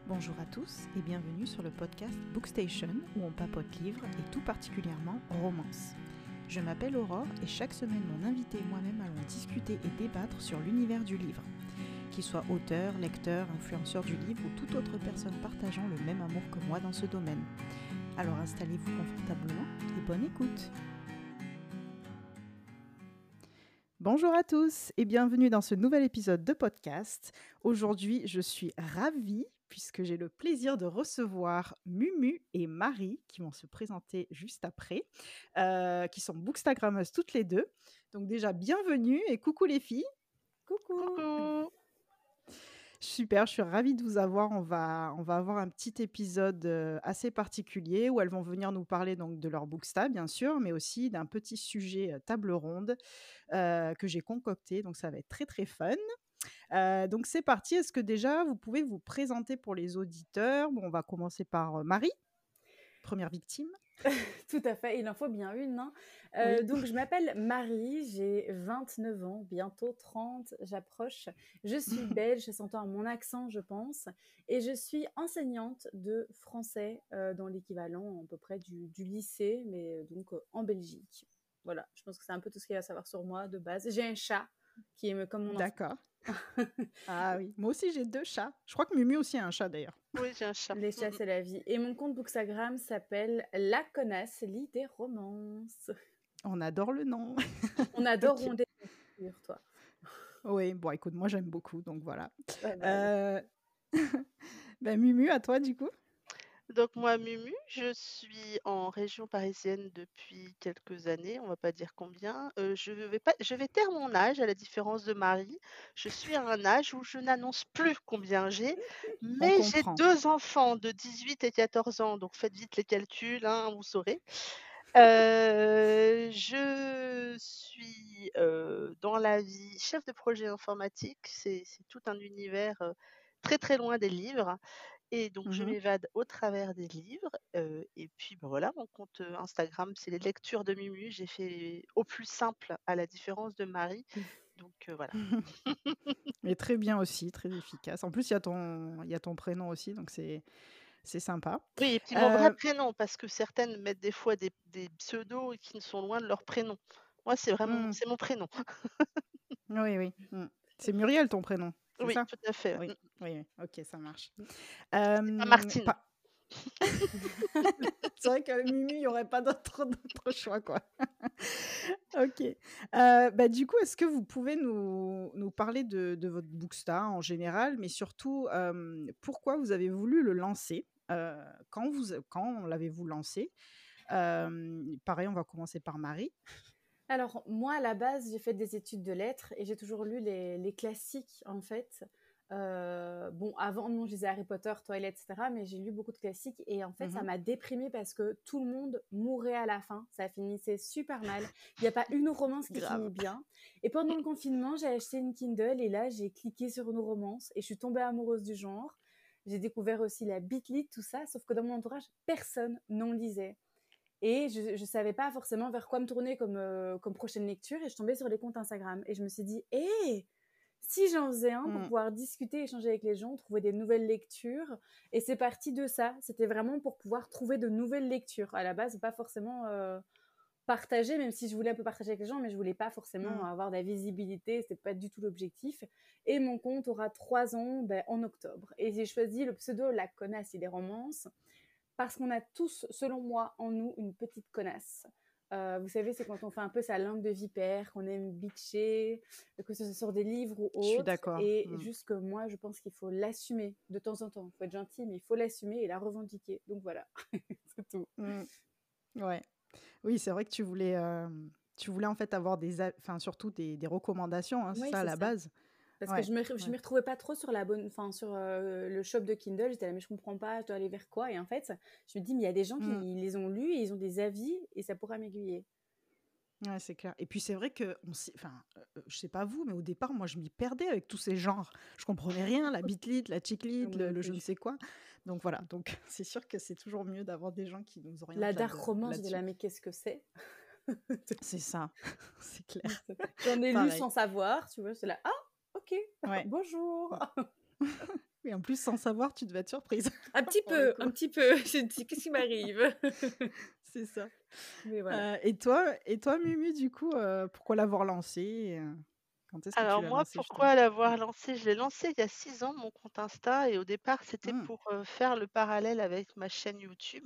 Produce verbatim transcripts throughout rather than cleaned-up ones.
Bonjour à tous et bienvenue sur le podcast Bookstation où on papote livres et tout particulièrement romance. Je m'appelle Aurore et chaque semaine mon invité et moi-même allons discuter et débattre sur l'univers du livre. Qu'il soit auteur, lecteur, influenceur du livre ou toute autre personne partageant le même amour que moi dans ce domaine. Alors installez-vous confortablement et bonne écoute. Bonjour à tous et bienvenue dans ce nouvel épisode de podcast. Aujourd'hui, je suis ravie puisque j'ai le plaisir de recevoir Mumu et Marie qui vont se présenter juste après, euh, qui sont bookstagrammeuses toutes les deux. Donc déjà, bienvenue et coucou les filles. Coucou. Coucou. Super, je suis ravie de vous avoir. On va, on va avoir un petit épisode euh, assez particulier où elles vont venir nous parler donc, de leur booksta, bien sûr, mais aussi d'un petit sujet euh, table ronde euh, que j'ai concocté. Donc, ça va être très, très fun. Euh, donc, c'est parti. Est-ce que déjà, vous pouvez vous présenter pour les auditeurs? Bon, on va commencer par euh, Marie, première victime. Tout à fait, il en faut bien une. Hein. Euh, Oui. Donc, je m'appelle Marie, j'ai vingt-neuf ans, bientôt trente, j'approche. Je suis belge, ça s'entend à mon accent, je pense. Et je suis enseignante de français euh, dans l'équivalent à peu près du, du lycée, mais euh, donc euh, en Belgique. Voilà, je pense que c'est un peu tout ce qu'il y a à savoir sur moi de base. J'ai un chat qui est comme mon enfant. D'accord. Ah oui, moi aussi j'ai deux chats. Je crois que Mumu aussi a un chat d'ailleurs. Oui, j'ai un chat. Les chats, c'est la vie. Et mon compte Bookstagram s'appelle La Connasse lit des romances. On adore le nom. On adore Ok. ronder sur toi. Oui, bon, écoute, moi j'aime beaucoup, donc voilà. Ouais, bah, Euh... ben, Mumu, à toi du coup. Donc moi, Mumu, je suis en région parisienne depuis quelques années, on va pas dire combien. Euh, je vais pas, je vais taire mon âge à la différence de Marie. Je suis à un âge où je n'annonce plus combien j'ai, On mais j'ai comprend. deux enfants de dix-huit et quatorze ans, donc faites vite les calculs, hein, vous saurez. Euh, je suis euh, dans la vie chef de projet informatique, c'est c'est tout un univers euh, très très loin des livres. Et donc, je Mhm. m'évade au travers des livres. Euh, et puis, ben voilà, mon compte euh, Instagram, c'est les lectures de Mumu. J'ai fait au plus simple, à la différence de Marie. Donc, euh, voilà. Mais très bien aussi, très efficace. En plus, il y a ton, il y a ton prénom aussi, donc c'est, c'est sympa. Oui, et puis mon vrai Euh, prénom, parce que certaines mettent des fois des, des pseudos qui ne sont loin de leur prénom. Moi, c'est vraiment, hmm, c'est mon prénom. oui, oui. hmm. C'est Muriel ton prénom, c'est Oui, ça? tout à fait. Oui, Mm. oui, oui. Ok, ça marche. C'est pas Euh, Martine. pas- C'est vrai qu'avec Mumu, il n'y aurait pas d'autre, d'autre choix, quoi. Ok. Euh, bah, du coup, est-ce que vous pouvez nous, nous parler de, de votre Booksta en général, mais surtout euh, pourquoi vous avez voulu le lancer? Euh, quand vous, quand l'avez-vous lancé? Euh, pareil, on va commencer par Marie. Alors, moi, à la base, j'ai fait des études de lettres et j'ai toujours lu les, les classiques, en fait. Euh, bon, avant, non, je lisais Harry Potter, Twilight, et cetera, mais j'ai lu beaucoup de classiques et en fait, ça Mhm. m'a déprimée parce que tout le monde mourait à la fin. Ça finissait super mal. Il n'y a pas une romance qui Grave. finit bien. Et pendant le confinement, j'ai acheté une Kindle et là, j'ai cliqué sur une romance et je suis tombée amoureuse du genre. J'ai découvert aussi la Bitlit, tout ça, sauf que dans mon entourage, personne n'en lisait. Et je ne savais pas forcément vers quoi me tourner comme, euh, comme prochaine lecture. Et je tombais sur les comptes Instagram. Et je me suis dit, hé, hey, si j'en faisais un pour Mm. pouvoir discuter, échanger avec les gens, trouver des nouvelles lectures. Et c'est parti de ça. C'était vraiment pour pouvoir trouver de nouvelles lectures. À la base, pas forcément euh, partager, même si je voulais un peu partager avec les gens, mais je voulais pas forcément Mm. avoir de la visibilité. C'était pas du tout l'objectif. Et mon compte aura trois ans ben, en octobre. Et j'ai choisi le pseudo La Connasse et des romances parce qu'on a tous, selon moi, en nous, une petite connasse. Euh, vous savez, c'est quand on fait un peu sa langue de vipère, qu'on aime bitcher, que ce soit sur des livres ou Je suis autres. d'accord. Et Mm. juste que moi, je pense qu'il faut l'assumer de temps en temps. Il faut être gentil, mais il faut l'assumer et la revendiquer. Donc voilà, c'est tout. Mm. Ouais. Oui, c'est vrai que tu voulais, euh, tu voulais en fait avoir des, a- enfin surtout des, des recommandations, hein, c'est Oui, ça à c'est la ça. base. Parce que Ouais. je me, je Ouais. m'y retrouvais pas trop sur la bonne, enfin sur euh, le shop de Kindle. J'étais là, mais je comprends pas, je dois aller vers quoi? Et en fait, je me dis, mais il y a des gens qui Mm. les ont lus et ils ont des avis et ça pourra m'aiguiller. Ouais, c'est clair. Et puis c'est vrai que, on s'y- enfin, euh, je sais pas vous, mais au départ, moi, je m'y perdais avec tous ces genres. Je comprenais rien, la bitlit, la chicklit, Moi le, non le je plus. ne sais quoi. Donc voilà. Donc c'est sûr que c'est toujours mieux d'avoir des gens qui nous La orientent là dark romance, j'étais là-dessus. là, mais qu'est-ce que c'est? C'est ça, c'est clair. J'en ai lu Pareil. sans savoir, tu vois, c'est là, ah, ok, Ouais. bonjour. Oui, en plus, sans savoir, tu devais être surprise Un petit pour le peu, coup. un petit peu. Je me dis: «Qu'est-ce qui m'arrive?» C'est ça. Mais voilà. Heu et toi et toi, Mumu, du coup, heu, pourquoi l'avoir lancé? Heu, quand est-ce que tu Alors l'as moi, lancé justement? pourquoi Mmh. l'avoir lancé? Je l'ai lancé il y a six ans, mon compte Insta et au départ, c'était Mmh. pour, heu, faire le parallèle avec ma chaîne YouTube.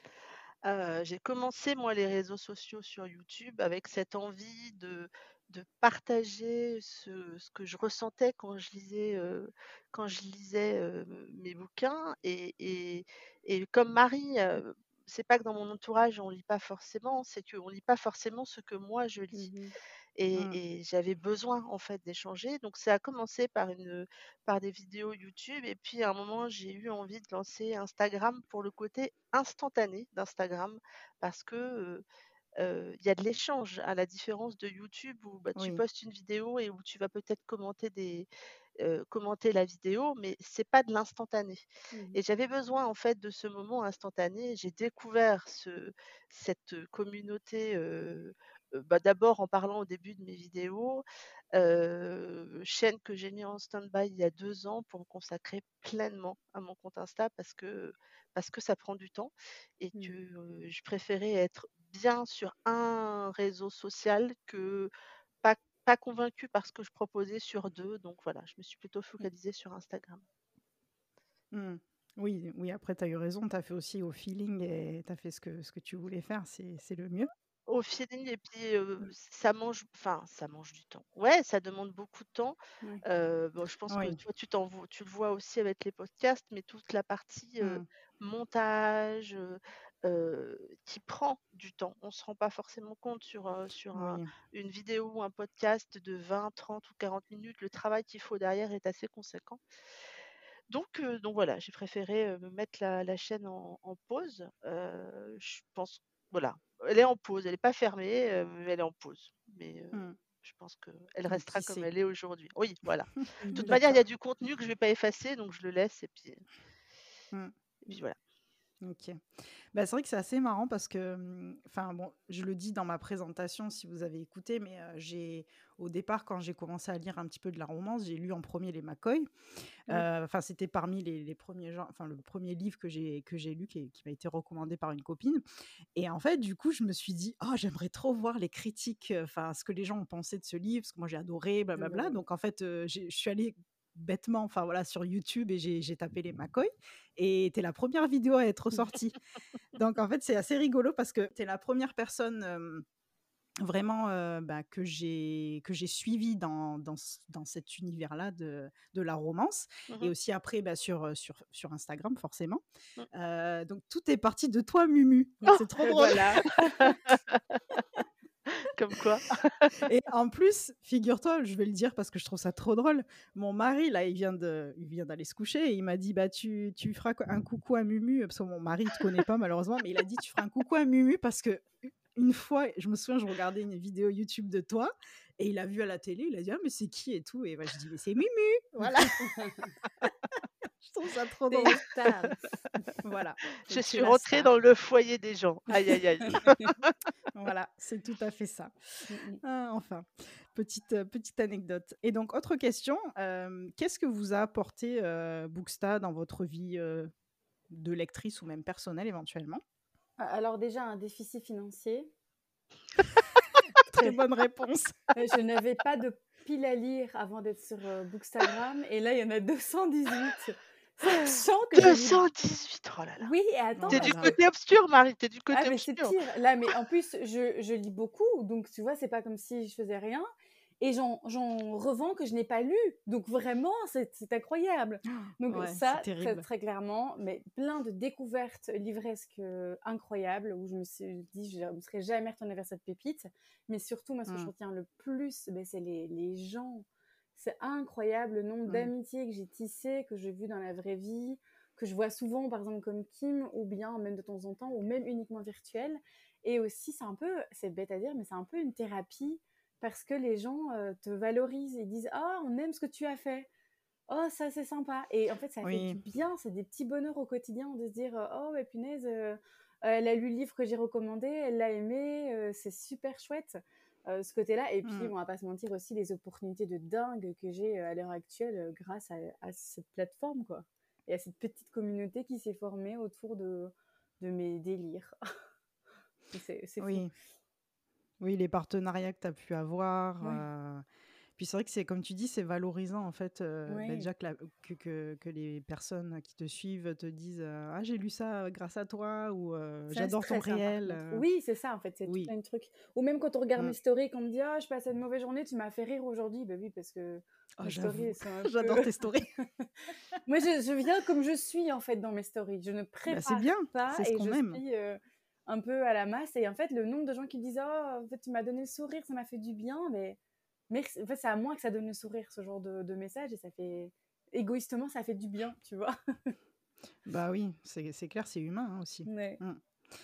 Heu, j'ai commencé moi les réseaux sociaux sur YouTube avec cette envie de de partager ce ce que je ressentais quand je lisais, heu, quand je lisais, heu, mes bouquins et et et comme Marie, heu, c'est pas que dans mon entourage on lit pas forcément, c'est qu'on lit pas forcément ce que moi je lis. Mmh mh. Mmh. Et et j'avais besoin en fait d'échanger. Donc ça a commencé par une, par des vidéos YouTube et puis à un moment j'ai eu envie de lancer Instagram pour le côté instantané d'Instagram parce que, heu heu, il y a de l'échange à la différence de YouTube où, bah, tu Oui. postes une vidéo et où tu vas peut-être commenter des heu, commenter la vidéo, mais c'est pas de l'instantané Mmh mh. et j'avais besoin en fait de ce moment instantané. J'ai découvert ce cette, communauté, heu heu, bah, d'abord en parlant au début de mes vidéos, heu, chaîne que j'ai mis en stand-by il y a deux ans pour me consacrer pleinement à mon compte Insta parce que parce que ça prend du temps et que, Mmh. heu, je préférais être bien sur un réseau social que pas pas convaincue par ce que je proposais sur deux, donc voilà, je me suis plutôt Mmh. focalisée sur Instagram. Mmh. Oui, oui, après tu as eu raison, tu as fait aussi au feeling et tu as fait ce que ce que tu voulais faire, c'est c'est le mieux. Au feeling et puis, heu, Mmh. ça mange enfin ça mange du temps. Ouais, ça demande beaucoup de temps. Ouais. Heu, bon, je pense que Oui. toi tu t'en vo tu le vois aussi avec les podcasts, mais toute la partie, heu, Mmh. montage, heu heu, qui prend du temps. On se rend pas forcément compte sur, heu, sur un Oui. une vidéo ou un podcast de vingt, trente ou quarante minutes. Le travail qu'il faut derrière est assez conséquent. Donc heu, donc voilà, j'ai préféré, heu, me mettre la la chaîne en en pause. Heu, je pense voilà, elle est en pause, elle est pas fermée, heu, mais elle est en pause. Mais heu, Mmh. je pense qu'elle Donc restera qui comme sait? elle est aujourd'hui. Oui, voilà. De toute manière, il y a D'accord. du contenu que je vais pas effacer, donc je le laisse et puis et Mmh. puis voilà. OK. Bah, c'est vrai que c'est assez marrant parce que, mmh, enfin bon, je le dis dans ma présentation si vous avez écouté, mais heu, j'ai au départ, quand j'ai commencé à lire un petit peu de la romance, j'ai lu en premier les McCoy. Ouais. Heu, enfin, c'était parmi les les premiers genres enfin, le premier livre que j'ai que j'ai lu qui est qui m'a été recommandé par une copine et en fait, du coup, je me suis dit: «Oh, j'aimerais trop voir les critiques, heu, enfin, ce que les gens ont pensé de ce livre, parce que moi j'ai adoré, Ah bah, blablabla». ouais. Donc en fait, heu, j'ai je suis allée bêtement, enfin voilà, sur YouTube et j'ai j'ai tapé les McCoy et tu es la première vidéo à être sortie. Donc en fait, c'est assez rigolo parce que tu es la première personne, hem, vraiment, heu, bah, que j'ai que j'ai suivie dans dans c dans cet univers-là de de la romance Mmh et mh. aussi après, bah, sur, heu, sur sur Instagram forcément. Mmh. Heu, donc tout est parti de toi, Mumu. Donc Oh! c'est trop Beh, drôle. voilà. Comme quoi. Et en plus, figure-toi, je vais le dire parce que je trouve ça trop drôle. Mon mari, là, il vient de il vient d'aller se coucher et il m'a dit: «Bah, tu tu feras un coucou à Mumu», parce que mon mari, il te connaît pas malheureusement, mais il a dit: «Tu feras un coucou à Mumu» parce que u une fois, je me souviens, je regardais une vidéo YouTube de toi et il a vu à la télé, il a dit: «Ah mais c'est qui et tout?» et bah, je dis: «Mais c'est Mumu!» Voilà. Je trouve ça trop C'est une drôle. star. Voilà, Je donc tu es suis la rentrée star. dans le foyer des gens. Aïe, aïe, aïe. Voilà, c'est tout à fait ça. Mmh mh. Ah, enfin, petite, heu, petite anecdote et donc autre question, hem, qu'est-ce que vous a apporté, heu, Booksta dans votre vie, heu, de lectrice ou même personnelle éventuellement? A alors déjà un déficit financier. Très bonne réponse. Heu, je n'avais pas de pile à lire avant d'être sur, heu, Bookstagram et là, il y en a deux cent dix-huit. Sachant que je lis deux cent dix-huit! Oh là là. oui et attends Oh Tu es là du parce là. que côté obscur, Marie, tu es du ah côté mais c'est obscur. pire. Là, mais en plus, je je lis beaucoup, donc tu vois, c'est pas comme si je faisais rien et j'en j'en revends que je n'ai pas lu. Donc vraiment, c'est c'est incroyable. Donc Ouais, c'est ça, très terrible. très clairement, mais plein de découvertes livresques, heu, incroyables où je me suis dit: «Je ne serais jamais retournée vers cette pépite». Mais surtout, moi, ce que je Mmh, retiens le plus, beh, c'est les les gens. C'est incroyable le nombre mmh, d'amitiés que j'ai tissées, que j'ai vues dans la vraie vie, que je vois souvent, par exemple, comme Kim, ou bien même de temps en temps, ou même uniquement virtuel. Et aussi, c'est un peu, c'est bête à dire, mais c'est un peu une thérapie parce que les gens euh, te valorisent et disent: «Ah, on aime ce que tu as fait. Oh, ça, c'est sympa». Et en fait, ça fait du oui, bien. C'est des petits bonheurs au quotidien de se dire: euh, «Oh, mais punaise, euh, elle a lu le livre que j'ai recommandé, elle l'a aimé, euh, c'est super chouette». euh, ce côté-là. Et puis, Mmh. on va pas se mentir aussi, les opportunités de dingue que j'ai euh, à l'heure actuelle euh, grâce à, à cette plateforme, quoi. Et à cette petite communauté qui s'est formée autour de, de mes délires. c'est, c'est fou. Oui. Oui, les partenariats que tu as pu avoir, Ouais, heu, puis c'est vrai que c'est comme tu dis, c'est valorisant en fait, heu, bah, ouais. déjà que la que que que les personnes qui te suivent te disent, heu: «Ah j'ai lu ça grâce à toi» ou heu: C'est un «J'adore ton stress, hein, par réel», contre. heu, Oui, c'est ça, en fait, c'est tout oui. un truc. Ou même quand on regarde mes Mmh. stories, qu'on me dit «Ah, je passais une mauvaise journée, tu m'as fait rire aujourd'hui». Ben oui, parce que Oh mes stories, j'avoue, elles sont un j'adore peu... tes stories. Moi, je, je viens comme je suis, en fait, dans mes stories. Je ne Bah, c'est prépare bien, pas c'est ce et qu'on je aime. suis euh, un peu à la masse. Et en fait, le nombre de gens qui me disent «Oh, en fait, tu m'as donné le sourire, ça m'a fait du bien», mais merci. En fait, c'est à moi que ça donne le sourire, ce genre de, de message. Et ça fait... Égoïstement, ça fait du bien, tu vois. Bah oui, c'est c'est clair, c'est humain, hein, aussi. Ouais. Mmh.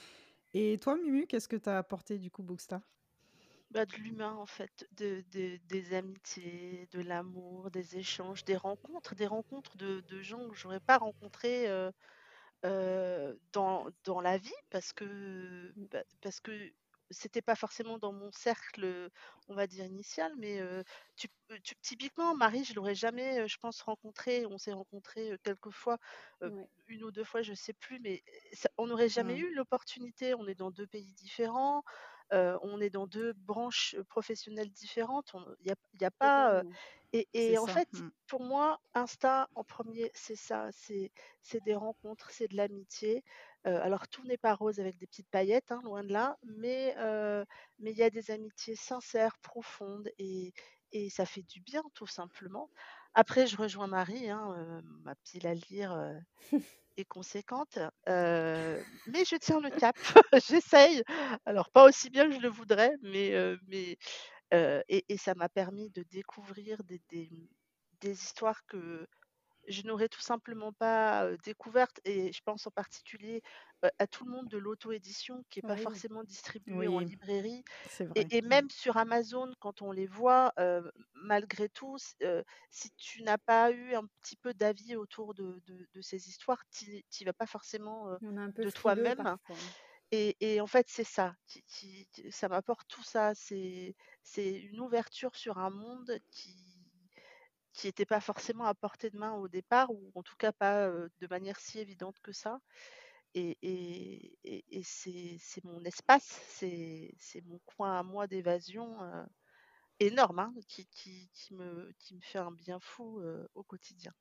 Et toi Mumu, qu'est-ce que tu as apporté du coup Bookstar? Bah, de l'humain en fait, de de des amitiés, de l'amour, des échanges, des rencontres, des rencontres de de gens que j'aurais pas rencontrés, heu heu, dans dans la vie parce que bah, parce que c'était pas forcément dans mon cercle, on va dire initial, mais heu, tu p tu typiquement Marie, je l'aurais jamais, heu, je pense rencontré. On s'est rencontrés, heu, quelques fois, heu, Ouais. une ou deux fois, je sais plus, mais ça on n'aurait jamais Mmh. eu l'opportunité. On est dans deux pays différents, heu, on est dans deux branches, heu, professionnelles différentes. On il y a il y a pas, heu Totalement. et C'est et en ça. fait, Mmh. pour moi, Insta en premier, c'est ça, c'est c'est des rencontres, c'est de l'amitié. Heu, alors tout n'est pas rose avec des petites paillettes, hein, loin de là, mais heu, mais il y a des amitiés sincères, profondes et et ça fait du bien tout simplement. Après je rejoins Marie, hein, heu, ma pile à lire, heu, est conséquente, heu, mais je tiens le cap. J'essaye, alors pas aussi bien que je le voudrais, mais heu, mais heu et et ça m'a permis de découvrir des des, mmh, des histoires que je n'aurais tout simplement pas, heu, découverte et je pense en particulier, heu, à tout le monde de l'auto-édition qui est pas Oui, forcément distribué en Oui, librairie c'est et vrai. et Mmh. même sur Amazon quand on les voit, heu, malgré tout, s heu, si tu n'as pas eu un petit peu d'avis autour de de de ces histoires, tu y vas pas forcément, heu, on est un peu de frileux toi-même parfois. et et en fait, c'est ça qui qui qui ça m'apporte tout ça. C'est c'est une ouverture sur un monde qui qui était pas forcément à portée de main au départ ou en tout cas pas, heu, de manière si évidente que ça et et et et c'est c'est mon espace, c'est c'est mon coin à moi d'évasion, heu, énorme, hein, qui qui qui me qui me fait un bien fou, heu, au quotidien.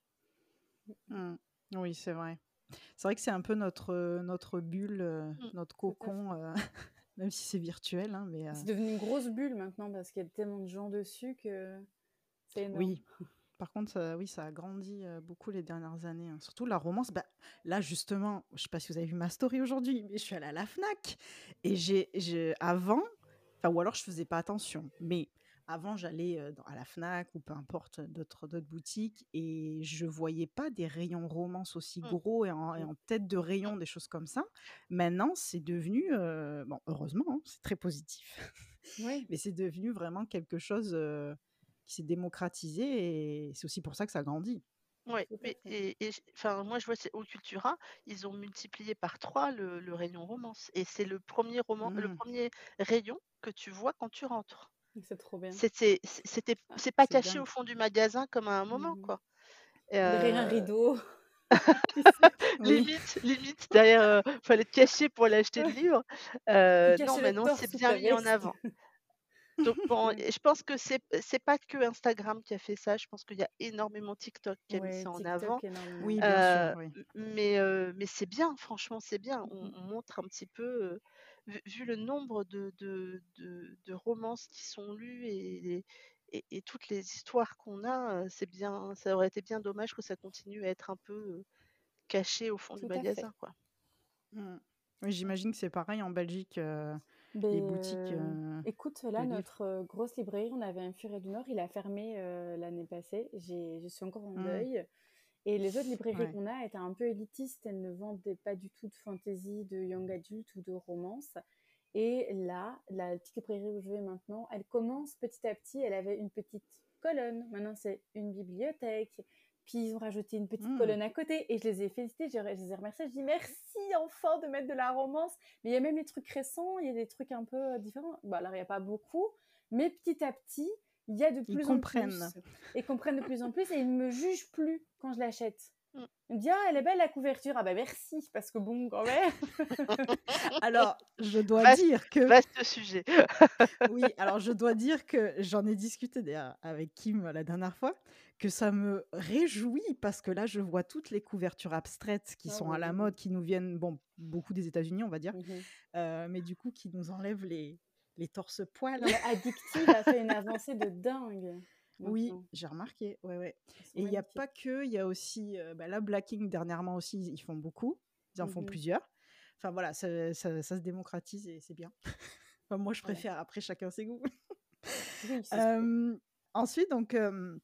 Mmh. Oui, c'est vrai. C'est vrai que c'est un peu notre, heu, notre bulle, heu, Mmh. notre Tout à cocon, fait. heu, même si c'est virtuel, hein, mais heu, C'est devenu une grosse bulle maintenant parce qu'il y a tellement de gens dessus que c'est énorme. oui. Par contre, ça oui, ça a grandi, heu, beaucoup les dernières années, hein. Surtout la romance, bah, là justement, je sais pas si vous avez vu ma story aujourd'hui, mais je suis allée à la Fnac et j'ai je avant, enfin ou alors je faisais pas attention, mais avant j'allais, heu, dans à la Fnac ou peu importe, d'autres d'autres boutiques et je voyais pas des rayons romance aussi Mmh. gros et en et Mm. en tête de Mmh. rayon, des choses comme ça. Maintenant, c'est devenu, heu, bon heureusement, hein, c'est très positif, Oui, mais c'est devenu vraiment quelque chose, heu, qui s'est démocratisé et c'est aussi pour ça que ça grandit. Ouais, tout à mais fait. et et j enfin, moi, je vois, c'est au Cultura, ils ont multiplié par trois le le rayon romance et c'est le premier roman le Mmh. premier rayon que tu vois quand tu rentres. C'est trop bien. C'était c c'était Ah, c'est pas c'est caché dingue. au fond du magasin comme à un moment, Mhm. quoi. Derrière un Heu, rideau, tu sais, Oui. limite limite derrière, heu, fallait te cacher pour aller acheter le ouais, livre. qui Heu, non, cachait le maintenant, c'est torse sous bien ta mis en veste. avant. Donc bon, Ouais, et je pense que c'est c'est pas que Instagram qui a fait ça, je pense qu'il y a énormément TikTok qui a mis ouais, ça en avant. TikTok énormément. Oui, bien sûr, Heu, oui. m mais heu, mais c'est bien, franchement, c'est bien. On Mhm. on montre un petit peu, heu, vu vu le nombre de de de de romances qui sont lues et et et toutes les histoires qu'on a, heu, c'est bien ça aurait été bien dommage que ça continue à être un peu, heu, caché au fond du Tout à fait. magasin, quoi. Mmh. Oui, j'imagine que c'est pareil en Belgique, heu, Ben, les boutiques, euh, heu, écoute, de là, livres. notre euh, grosse librairie, on avait un Furet du Nord, il a fermé euh, l'année passée. J'ai, je suis encore en Mmh. deuil. Et les autres librairies Ouais. qu'on a étaient un peu élitistes. Elles ne vendaient pas du tout de fantasy, de young adult ou de romance. Et là, la petite librairie où je vais maintenant, elle commence petit à petit. Elle avait une petite colonne. Maintenant, c'est une bibliothèque. Puis ils ont rajouté une petite Mmh. colonne à côté. Et je les ai félicités, je les ai remerciés. Je dis merci enfin de mettre de la romance. Mais il y a même des trucs récents, il y a des trucs un peu différents. Bon, alors, il n'y a pas beaucoup. Mais petit à petit, il y a de Ils plus en comprennent. plus. Ils comprennent de plus en plus et ils ne me jugent plus quand je l'achète. Mm. Ils me disent « Ah, elle est belle la couverture !» Ah bah merci, parce que bon, quand même. Alors, je dois Vaste, dire que vaste sujet. oui, alors je dois dire que j'en ai discuté d'ailleurs avec Kim la dernière fois, que ça me réjouit parce que là, je vois toutes les couvertures abstraites qui Ah sont à la oui. mode, qui nous viennent, bon, beaucoup des États-Unis, on va dire, Mhm. euh, mais du coup, qui nous enlèvent les, les torse-poils. Non, mais Addictive a fait une avancée de dingue. Oui, Maintenant. j'ai remarqué, ouais, ouais. Elles sont Et il n'y a magnifiques. pas que, il y a aussi, euh, bah là, Blacking, dernièrement aussi, ils font beaucoup, ils en font Mhm. plusieurs. Enfin voilà, ça, ça- ça se démocratise et c'est bien. Enfin, moi, je Voilà. préfère, après, chacun ses goûts. Oui, c'est sûr. Euh, ensuite, donc, euh,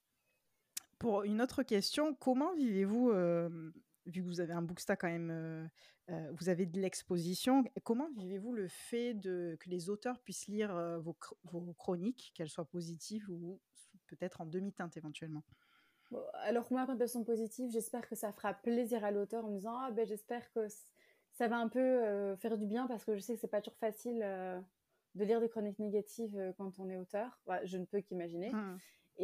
pour une autre question, comment vivez-vous, euh, vu que vous avez un booksta quand même, euh, euh, vous avez de l'exposition, comment vivez-vous le fait de, que les auteurs puissent lire euh, vos, chr- vos chroniques, qu'elles soient positives ou peut-être en demi-teinte éventuellement? Bon, alors moi, quand elles sont positives, j'espère que ça fera plaisir à l'auteur en me disant « Ah ben j'espère que c- ça va un peu euh, faire du bien parce que je sais que c'est pas toujours facile euh, de lire des chroniques négatives euh, quand on est auteur. » Voilà, je ne peux qu'imaginer. Hmm.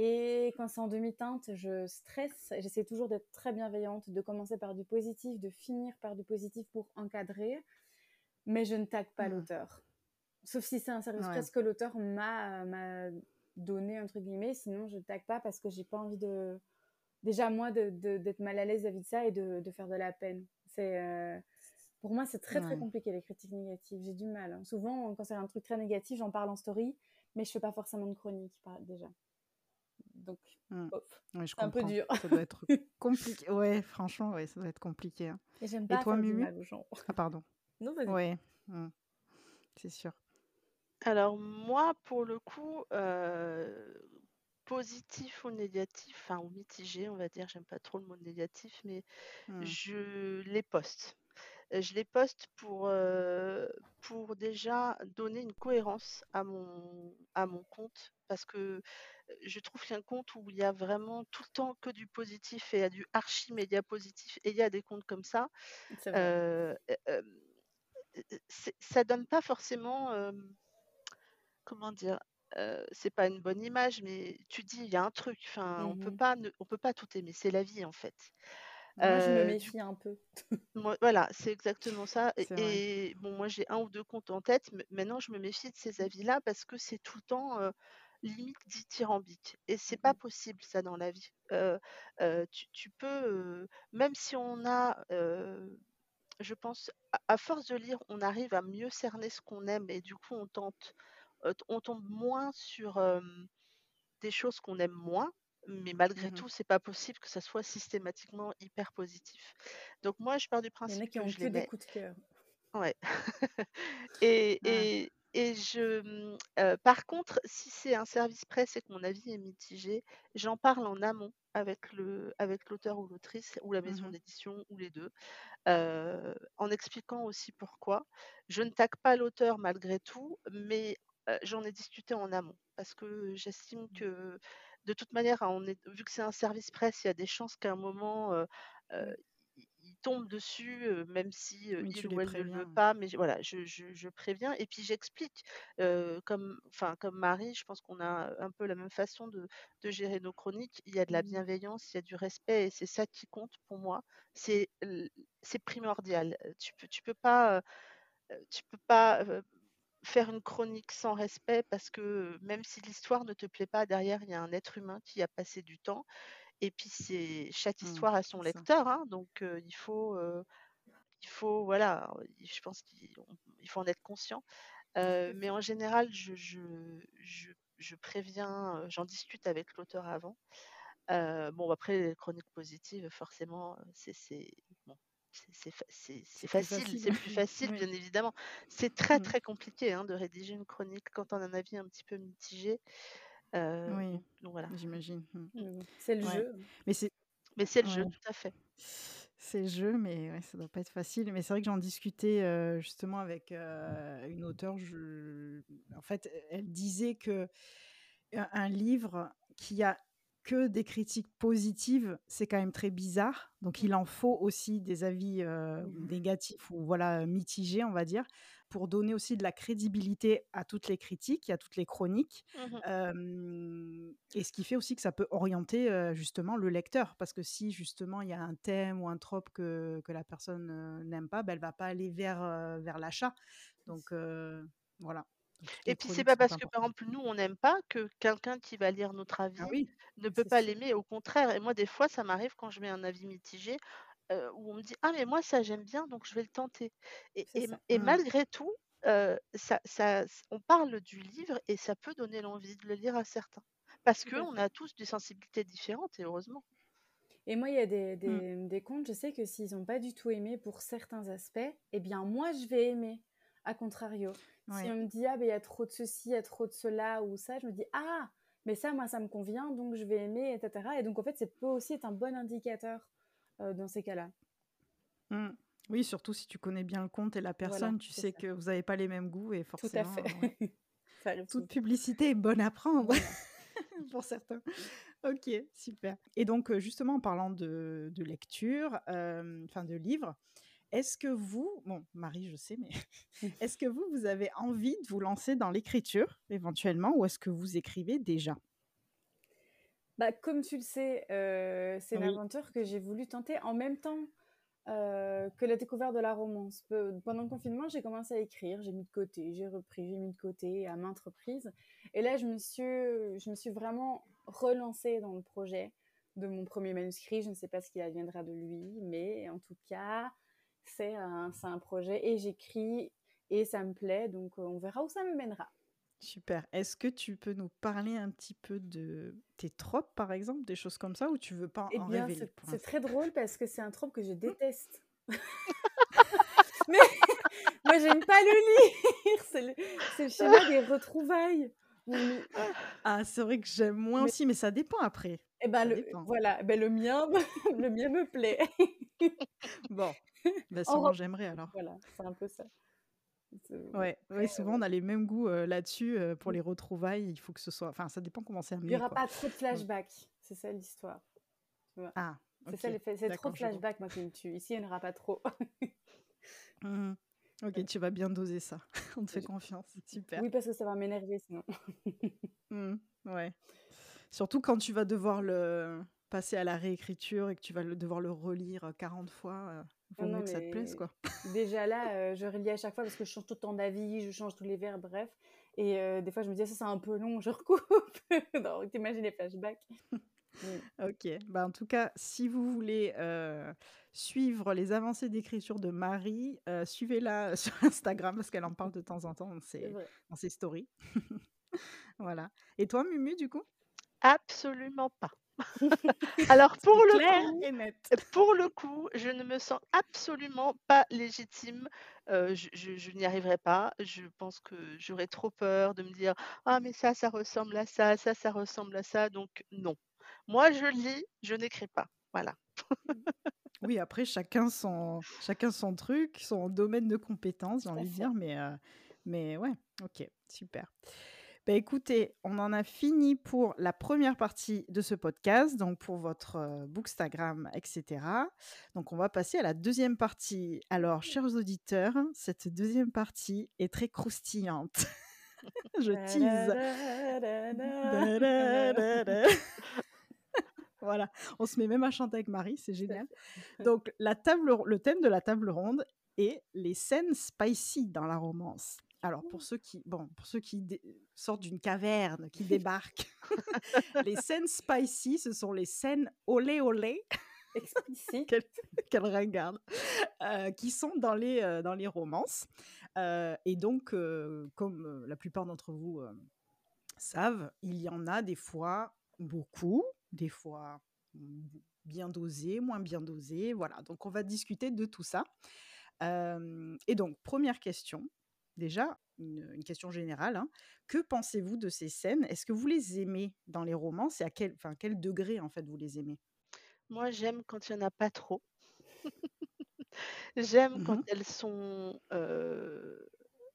Et quand c'est en demi-teinte, je stresse. J'essaie toujours d'être très bienveillante, de commencer par du positif, de finir par du positif pour encadrer. Mais je ne tague pas Hmm. l'auteur. Sauf si c'est un service Ouais. presse que l'auteur m'a, m'a donné, entre guillemets. Sinon, je ne tague pas parce que j'ai pas envie de... Déjà, moi, de, de, d'être mal à l'aise vis-à-vis de ça et de, de faire de la peine. C'est... Euh... Pour moi, c'est très, très Ouais. compliqué, les critiques négatives. J'ai du mal. Hein. Souvent, quand c'est un truc très négatif, j'en parle en story, mais je fais pas forcément de chronique, déjà. Donc, Hmm. off. Ouais, je C'est un peu comprends. dur. Ça doit être compliqué. Ouais, franchement, ouais, ça doit être compliqué. Hein. Et j'aime Et pas toi, faire du Mumu? mal aux gens. Ah, pardon. Non, vas-y. Ouais, hmm, c'est sûr. Alors moi, pour le coup, euh, positif ou négatif, enfin ou mitigé, on va dire, j'aime pas trop le mot négatif, mais Hmm. je les poste. Euh, Je les poste pour, euh, pour déjà donner une cohérence à mon, à mon compte, parce que euh, je trouve qu'un compte où il y a vraiment tout le temps que du positif et il y a du archi média positif, et il y a des comptes comme ça, C'est vrai. euh, euh, euh, c'est- ça donne pas forcément, euh, comment dire, euh, c'est pas une bonne image, mais tu dis il y a un truc, enfin, on peut Mhm. pas, ne- on peut pas tout aimer, c'est la vie en fait. Moi, je me Euh, du méfie un peu. Moi, voilà, c'est exactement ça. Et, C'est vrai. et bon, moi, j'ai un ou deux comptes en tête. Mais maintenant, je me méfie de ces avis-là parce que c'est tout le temps euh, limite dithyrambique. Et c'est pas Mhm. possible, ça, dans la vie. Euh, euh, tu, tu peux, euh, même si on a, euh, je pense, à, à force de lire, on arrive à mieux cerner ce qu'on aime et du coup, on tente, euh, on tombe moins sur euh, des choses qu'on aime moins, mais malgré Mhm. tout, c'est pas possible que ça soit systématiquement hyper positif. Donc moi, je pars du Il y en a principe qui que ont je que les des mets. coups de cœur. Ouais. Et, Ah. et, et je, mmh, euh, par contre, si c'est un service presse et que mon avis est mitigé, j'en parle en amont avec le, avec l'auteur ou l'autrice ou la maison Mhm. d'édition ou les deux, euh, en expliquant aussi pourquoi. Je ne tague pas l'auteur malgré tout, mais euh, j'en ai discuté en amont parce que j'estime que de toute manière, hein, on est, vu que c'est un service presse, il y a des chances qu'à un moment, euh, euh, Oui. il il tombe dessus, euh, même si euh, Oui, tu il les ou elle ne le veut préviens. pas. Mais j- voilà, je, je- je préviens et puis j'explique. euh, comme, enfin, comme Marie, je pense qu'on a un peu la même façon de, de gérer nos chroniques. Il y a de la Mhm. bienveillance, il y a du respect et c'est ça qui compte pour moi. C'est l- c'est primordial. Euh, Tu peux, tu peux pas, euh, euh, tu peux pas euh, faire une chronique sans respect parce que euh, même si l'histoire ne te plaît pas, derrière, il y a un être humain qui a passé du temps. Et puis, c'est chaque Hmm, histoire a son c'est ça. lecteur, hein, donc euh, il faut, euh, il faut, voilà, je pense qu'il on- il faut en être conscient. Tout Euh, à mais fait. en général, je, je, je, je préviens, euh, j'en discute avec l'auteur avant. Euh, bon, après, les chroniques positives, forcément, euh, c'est c'est- bon, c'est- c'est fa- c'est- c'est C'est plus facile, facile. c'est plus facile, Oui. bien évidemment. C'est très, Hmm. très compliqué hein, de rédiger une chronique quand on a un avis un petit peu mitigé. Euh, Oui, donc, donc voilà. j'imagine. Hmm. Mm. Mais bon, c'est le Ouais. jeu. Mais c'est Mais c'est le jeu, ouais. tout à fait. C'est le jeu, mais ouais, ça doit pas être facile. Mais c'est vrai que j'en discutais euh, justement avec euh, une auteure. Je... En fait, elle disait que un un livre qui a que des critiques positives, c'est quand même très bizarre. Donc il en faut aussi des avis, heu, Mmh. négatifs ou voilà, mitigés, on va dire, pour donner aussi de la crédibilité à toutes les critiques et à toutes les chroniques. Mmh. Hem et ce qui fait aussi que ça peut orienter, heu, justement le lecteur. Parce que si justement il y a un thème ou un trope que que la personne, heu, n'aime pas, bah, elle va pas aller vers, heu, vers l'achat. Donc heu, voilà, donc toutes Et les puis c'est chroniques pas sont parce que, par importantes. exemple, nous on n'aime pas que quelqu'un qui va lire notre Ah avis oui, ne peut C'est pas sûr, l'aimer, au contraire. Et moi, des fois, ça m'arrive quand je mets un avis mitigé, heu, où on me dit: «Ah mais moi ça j'aime bien, donc je vais le tenter». Et c'est et ça. et mmh, malgré tout, heu, ça ça s on parle du livre et ça peut donner l'envie de le lire à certains. Parce Tout à qu'on fait. a tous des sensibilités différentes et heureusement. Et moi, il y a des mmh, des des contes, je sais que s'ils ont pas du tout aimé pour certains aspects, eh bien moi je vais aimer, à contrario. Si ouais. on me dit: «Ah beh, il y a trop de ceci, il y a trop de cela ou ça», je me dis: «Ah! Mais ça, moi, ça me convient, donc je vais aimer» et cetera et donc en fait, ça peut aussi être un bon indicateur, heu, dans ces cas-là. Mmh. Oui, surtout si tu connais bien le conte et la Voilà, personne, tu c'est sais ça. que vous avez pas les mêmes goûts et Tout à fait. forcément, ouais. Ça arrive Toute souvent. publicité est bonne à prendre Voilà. pour certains. OK, super. Et donc, heu, justement en parlant de de lecture, hem, enfin de livres, est-ce que vous bon, Marie, je sais, mais est-ce que vous, vous avez envie de vous lancer dans l'écriture éventuellement ou est-ce que vous écrivez déjà? Bah, comme tu le sais, heu, c'est une Oui. aventure que j'ai voulu tenter en même temps, heu, que la découverte de la romance. Pe pendant le confinement, j'ai commencé à écrire, j'ai mis de côté, j'ai repris, j'ai mis de côté à maintes reprises et là, je me suis je me suis vraiment relancée dans le projet de mon premier manuscrit. Je ne sais pas ce qui adviendra de lui, mais en tout cas, c'est un c'est un projet et j'écris et ça me plaît donc, heu, on verra où ça me mènera. Super. Est-ce que tu peux nous parler un petit peu de tes tropes, par exemple, des choses comme ça, ou tu veux pas Eh en bien, révéler c'est pour c'est l'instant? très drôle parce que c'est un trope que je déteste. Mais moi, j'aime pas le lire. C'est le, c'est le schéma des retrouvailles. Bon, mais, Ah, c'est vrai que j'aime moins mais aussi, mais ça dépend après. eh ben, Ça le, dépend. voilà, eh ben, le mien, le mien me plaît. Bon, bah, En sûrement robe, j'aimerais alors. voilà, c'est un peu ça. C'est- Ouais, Après, ouais, souvent on euh, a les mêmes goûts, heu, là-dessus, heu, pour les retrouvailles, il faut que ce soit enfin, ça dépend comment c'est il y amené, aura quoi. pas trop de Donc flashbacks. C'est ça l'histoire. Tu vois. ah, C'est OK, ça l'effet. C'est trop de d'accord, je vois. flashbacks, moi, qui me tue. Ici, il n'y en aura pas trop. Mmh. OK, Voilà. tu vas bien doser ça. On te fait Je- confiance, super. Oui, parce que ça va m'énerver sinon. Mmh, ouais. Surtout quand tu vas devoir le passer à la réécriture et que tu vas le devoir le relire, heu, quarante fois, heu, Non, vaut non, mieux que ça te plaise, mais quoi. déjà là, heu, je relis à chaque fois parce que je change tout le temps d'avis, je change tous les verbes, bref et heu, des fois je me dis: «Ah ça, c'est un peu long», je recoupe. Donc tu les flashbacks. Mmh. OK. Bah, en tout cas, si vous voulez, heu, suivre les avancées d'écriture de Marie, heu, suivez-la sur Instagram parce qu'elle en parle de temps en temps dans C'est ses vrai. dans ses stories. Voilà. Et toi, Mumu, du coup? Absolument pas. Alors pour C'est le clair coup et net. pour le coup, je ne me sens absolument pas légitime, heu, je je je n'y arriverai pas. Je pense que j'aurais trop peur de me dire: «Ah mais ça, ça ressemble à ça, ça, ça ressemble à ça», donc non. Moi, je lis, je n'écris pas. Voilà. Oui, après chacun son chacun son truc, son domaine de compétence, j'ai Tout à envie de fait. dire, mais heu, mais ouais, OK, super. Bah, écoutez, on en a fini pour la première partie de ce podcast, donc pour votre, heu, Bookstagram et cetera. Donc on va passer à la deuxième partie. Alors, chers auditeurs, cette deuxième partie est très croustillante. Je tease. Ta-da-da-da-da. Da-da-da-da. Voilà, on se met même à chanter avec Marie, c'est Tout à génial. fait. Donc la table le thème de la table ronde est les scènes spicy dans la romance. Alors pour ceux qui bon, pour ceux qui dé sortent d'une caverne, qui débarquent, les scènes spicy, ce sont les scènes olé olé, Explicite. quelle quelle ringarde, heu, qui sont dans les, heu, dans les romances. Heu et donc heu, comme, heu, la plupart d'entre vous, heu, savent, il y en a des fois beaucoup, des fois, mmh, bien dosé, moins bien dosé, voilà. Donc on va discuter de tout ça. Hem et donc première question, déjà une, une question générale, hein. Que pensez-vous de ces scènes? Est-ce que vous les aimez dans les romances et à quel enfin quel degré en fait vous les aimez? Moi, j'aime quand il y en a pas trop. J'aime quand Mmh. elles sont, heu,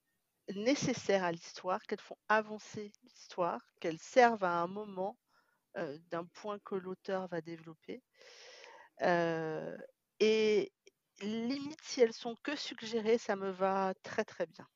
nécessaires à l'histoire, qu'elles font avancer l'histoire, qu'elles servent à un moment, heu, d'un point que l'auteur va développer. Heu et limite, si elles sont que suggérées, ça me va très, très bien.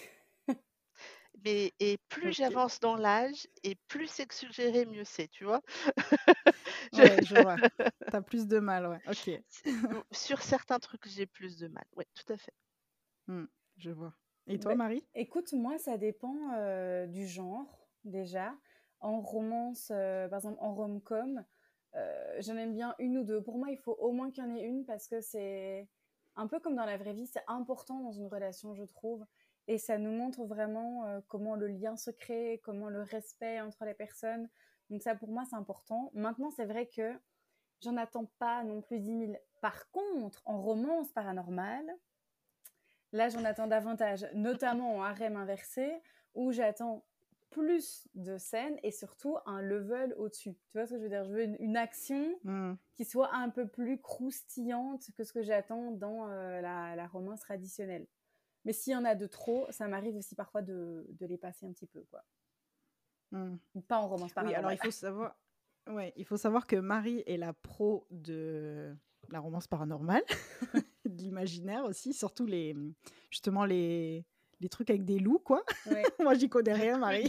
Mais et plus OK. j'avance dans l'âge et plus c'est que suggéré, mieux c'est, tu vois? Je Ouais, je vois. Tu as plus de mal, ouais. OK. c'est ou sur certains trucs, j'ai plus de mal. Ouais, tout à fait. Mmh, je vois. Et toi, Beh, Marie? écoute, moi, ça dépend euh, du genre, déjà. En romance, euh, par exemple, en rom-com, euh, j'en aime bien une ou deux. Pour moi, il faut au moins qu'il y en ait une parce que c'est un peu comme dans la vraie vie, c'est important dans une relation, je trouve. Et ça nous montre vraiment euh, comment le lien se crée, comment le respect entre les personnes. Donc ça, pour moi, c'est important. Maintenant, c'est vrai que j'en attends pas non plus dix mille. Par contre, en romance paranormale, là, j'en attends davantage, notamment en harem inversé, où j'attends plus de scènes et surtout un level au-dessus. Tu vois ce que je veux dire? Je veux une, une action Mmh. qui soit un peu plus croustillante que ce que j'attends dans euh, la, la romance traditionnelle. Mais s'il y en a de trop, ça m'arrive aussi parfois de, de les passer un petit peu, quoi. Mmh. Pas en romance Oui, alors paranormale. il faut savoir ouais, il faut savoir que Marie est la pro de la romance paranormale, de l'imaginaire aussi, surtout les, mmh, justement les les trucs avec des loups, quoi. Ouais. Moi, j'y connais Les rien, trucs Marie.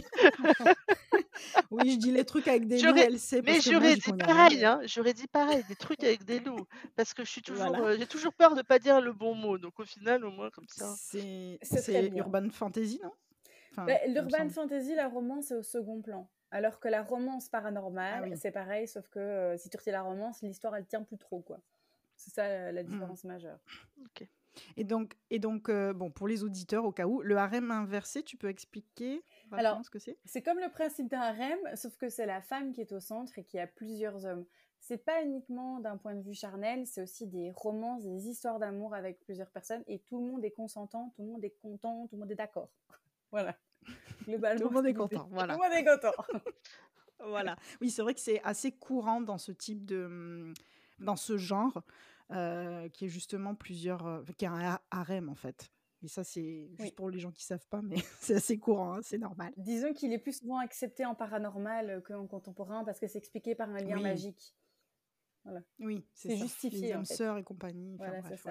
Oui, je dis les trucs avec des loups, j'aurais elle sait mais parce que moi, j'aurais j'y dit connais rien. pareil, hein, j'aurais dit pareil, des trucs avec des loups, parce que je suis toujours, Voilà. heu, j'ai toujours peur de pas dire le bon mot, donc au final, au moins comme ça. C'est C'est très c'est bien. urban fantasy, non? Enfin, Bah, il me l'urban semble. fantasy, la romance, c'est au second plan. Alors que la romance Ah paranormale, oui. c'est pareil, sauf que euh, si tu retires la romance, l'histoire, elle tient plus trop, quoi. C'est ça euh, la Mmh. différence majeure. OK. Et donc et donc heu, bon, pour les auditeurs, au cas où, le harem inversé, tu peux expliquer rapidement Alors, ce que c'est? c'est comme le principe d'un harem, sauf que c'est la femme qui est au centre et qui a plusieurs hommes. C'est pas uniquement d'un point de vue charnel, c'est aussi des romances, des histoires d'amour avec plusieurs personnes et tout le monde est consentant, tout le monde est content, tout le monde est d'accord. Voilà, Tout globalement, le monde c'est est l'idée. content, Tout le voilà. monde est content. Voilà. Oui, c'est vrai que c'est assez courant dans ce type de, mmh, dans ce genre, heu, qui est justement plusieurs, heu, qui est un ha harem, en fait. Et ça, c'est juste Oui. pour les gens qui savent pas, mais c'est assez courant, hein, c'est normal. Disons qu'il est plus souvent accepté en paranormal qu'en contemporain parce que c'est expliqué par un lien Oui, magique. Voilà. oui, c'est C'est ça. Les justifié en âmes fait. sœurs et compagnie, enfin Voilà, c'est bref, ouais. ça.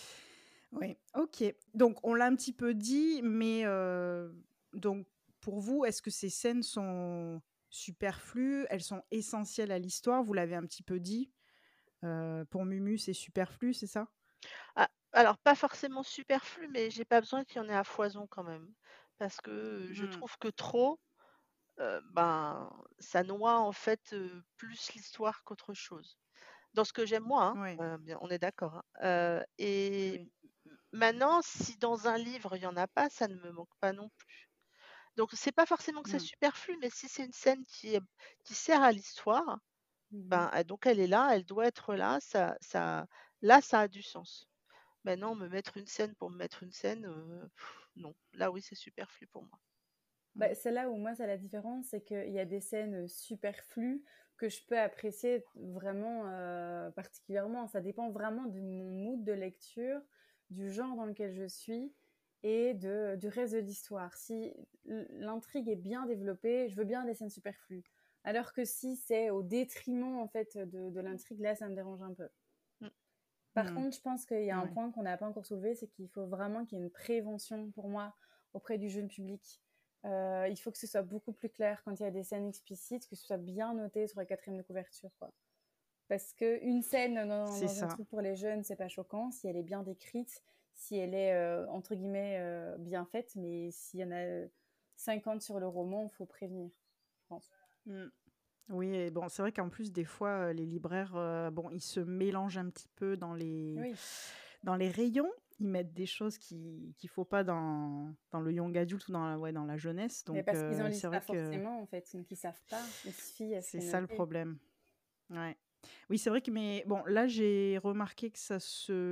Oui, OK. Donc on l'a un petit peu dit, mais heu, donc pour vous, est-ce que ces scènes sont superflues? Elles sont essentielles à l'histoire? Vous l'avez un petit peu dit. Heu, pour Mumu, c'est superflu, c'est ça? Ah, alors pas forcément superflu, mais j'ai pas besoin qu'il y en ait à foison quand même. Parce que, heu, je Mmh. trouve que trop, heu, ben, ça noie en fait, heu, plus l'histoire qu'autre chose. Dans ce que j'aime moi, Ouais. hein, heu, bien on est d'accord, hein. Heu Oui, et oui. m maintenant si dans un livre il y en a pas, ça ne me manque pas non plus. Donc c'est pas forcément que c'est Mmh. superflu, mais si c'est une scène qui est qui sert à l'histoire, Mhm. ben, elle donc elle est là, elle doit être là, ça ça là ça a du sens. Maintenant me mettre une scène pour me mettre une scène, heu, non. Là oui, c'est superflu pour moi. Mmh. Bah, c'est là où moi, c'est la différence, c'est qu'il y a des scènes superflues que je peux apprécier vraiment euh, particulièrement. Ça dépend vraiment de mon mood de lecture, du genre dans lequel je suis et de, du reste de l'histoire. Si l'intrigue est bien développée, je veux bien des scènes superflues. Alors que si c'est au détriment en fait de, de l'intrigue, là, ça me dérange un peu. Mmh. Par Mmh. contre, je pense qu'il y a un Ouais. point qu'on n'a pas encore soulevé, c'est qu'il faut vraiment qu'il y ait une prévention pour moi auprès du jeune public. Euh, il faut que ce soit beaucoup plus clair quand il y a des scènes explicites, que ce soit bien noté sur la quatrième de couverture, quoi. Parce qu'une scène dans, C'est dans un ça. truc pour les jeunes, c'est pas choquant si elle est bien décrite, si elle est euh, entre guillemets euh, bien faite, mais s'il y en a euh, cinquante sur le roman, il faut prévenir, je pense. Mmh. Oui et bon, c'est vrai qu'en plus des fois, heu, les libraires, heu, bon, ils se mélangent un petit peu dans les Oui, dans les rayons. Ils mettent des choses qui qu'il faut pas dans dans le young adult ou dans la ouais, dans la jeunesse. mais Donc parce qu'ils en heu, c'est lisent pas vrai que forcément en fait, donc ils savent pas, il se fient à ce qui c'est est ça le noté. problème. Ouais. Oui, c'est vrai que mais bon, là, j'ai remarqué que ça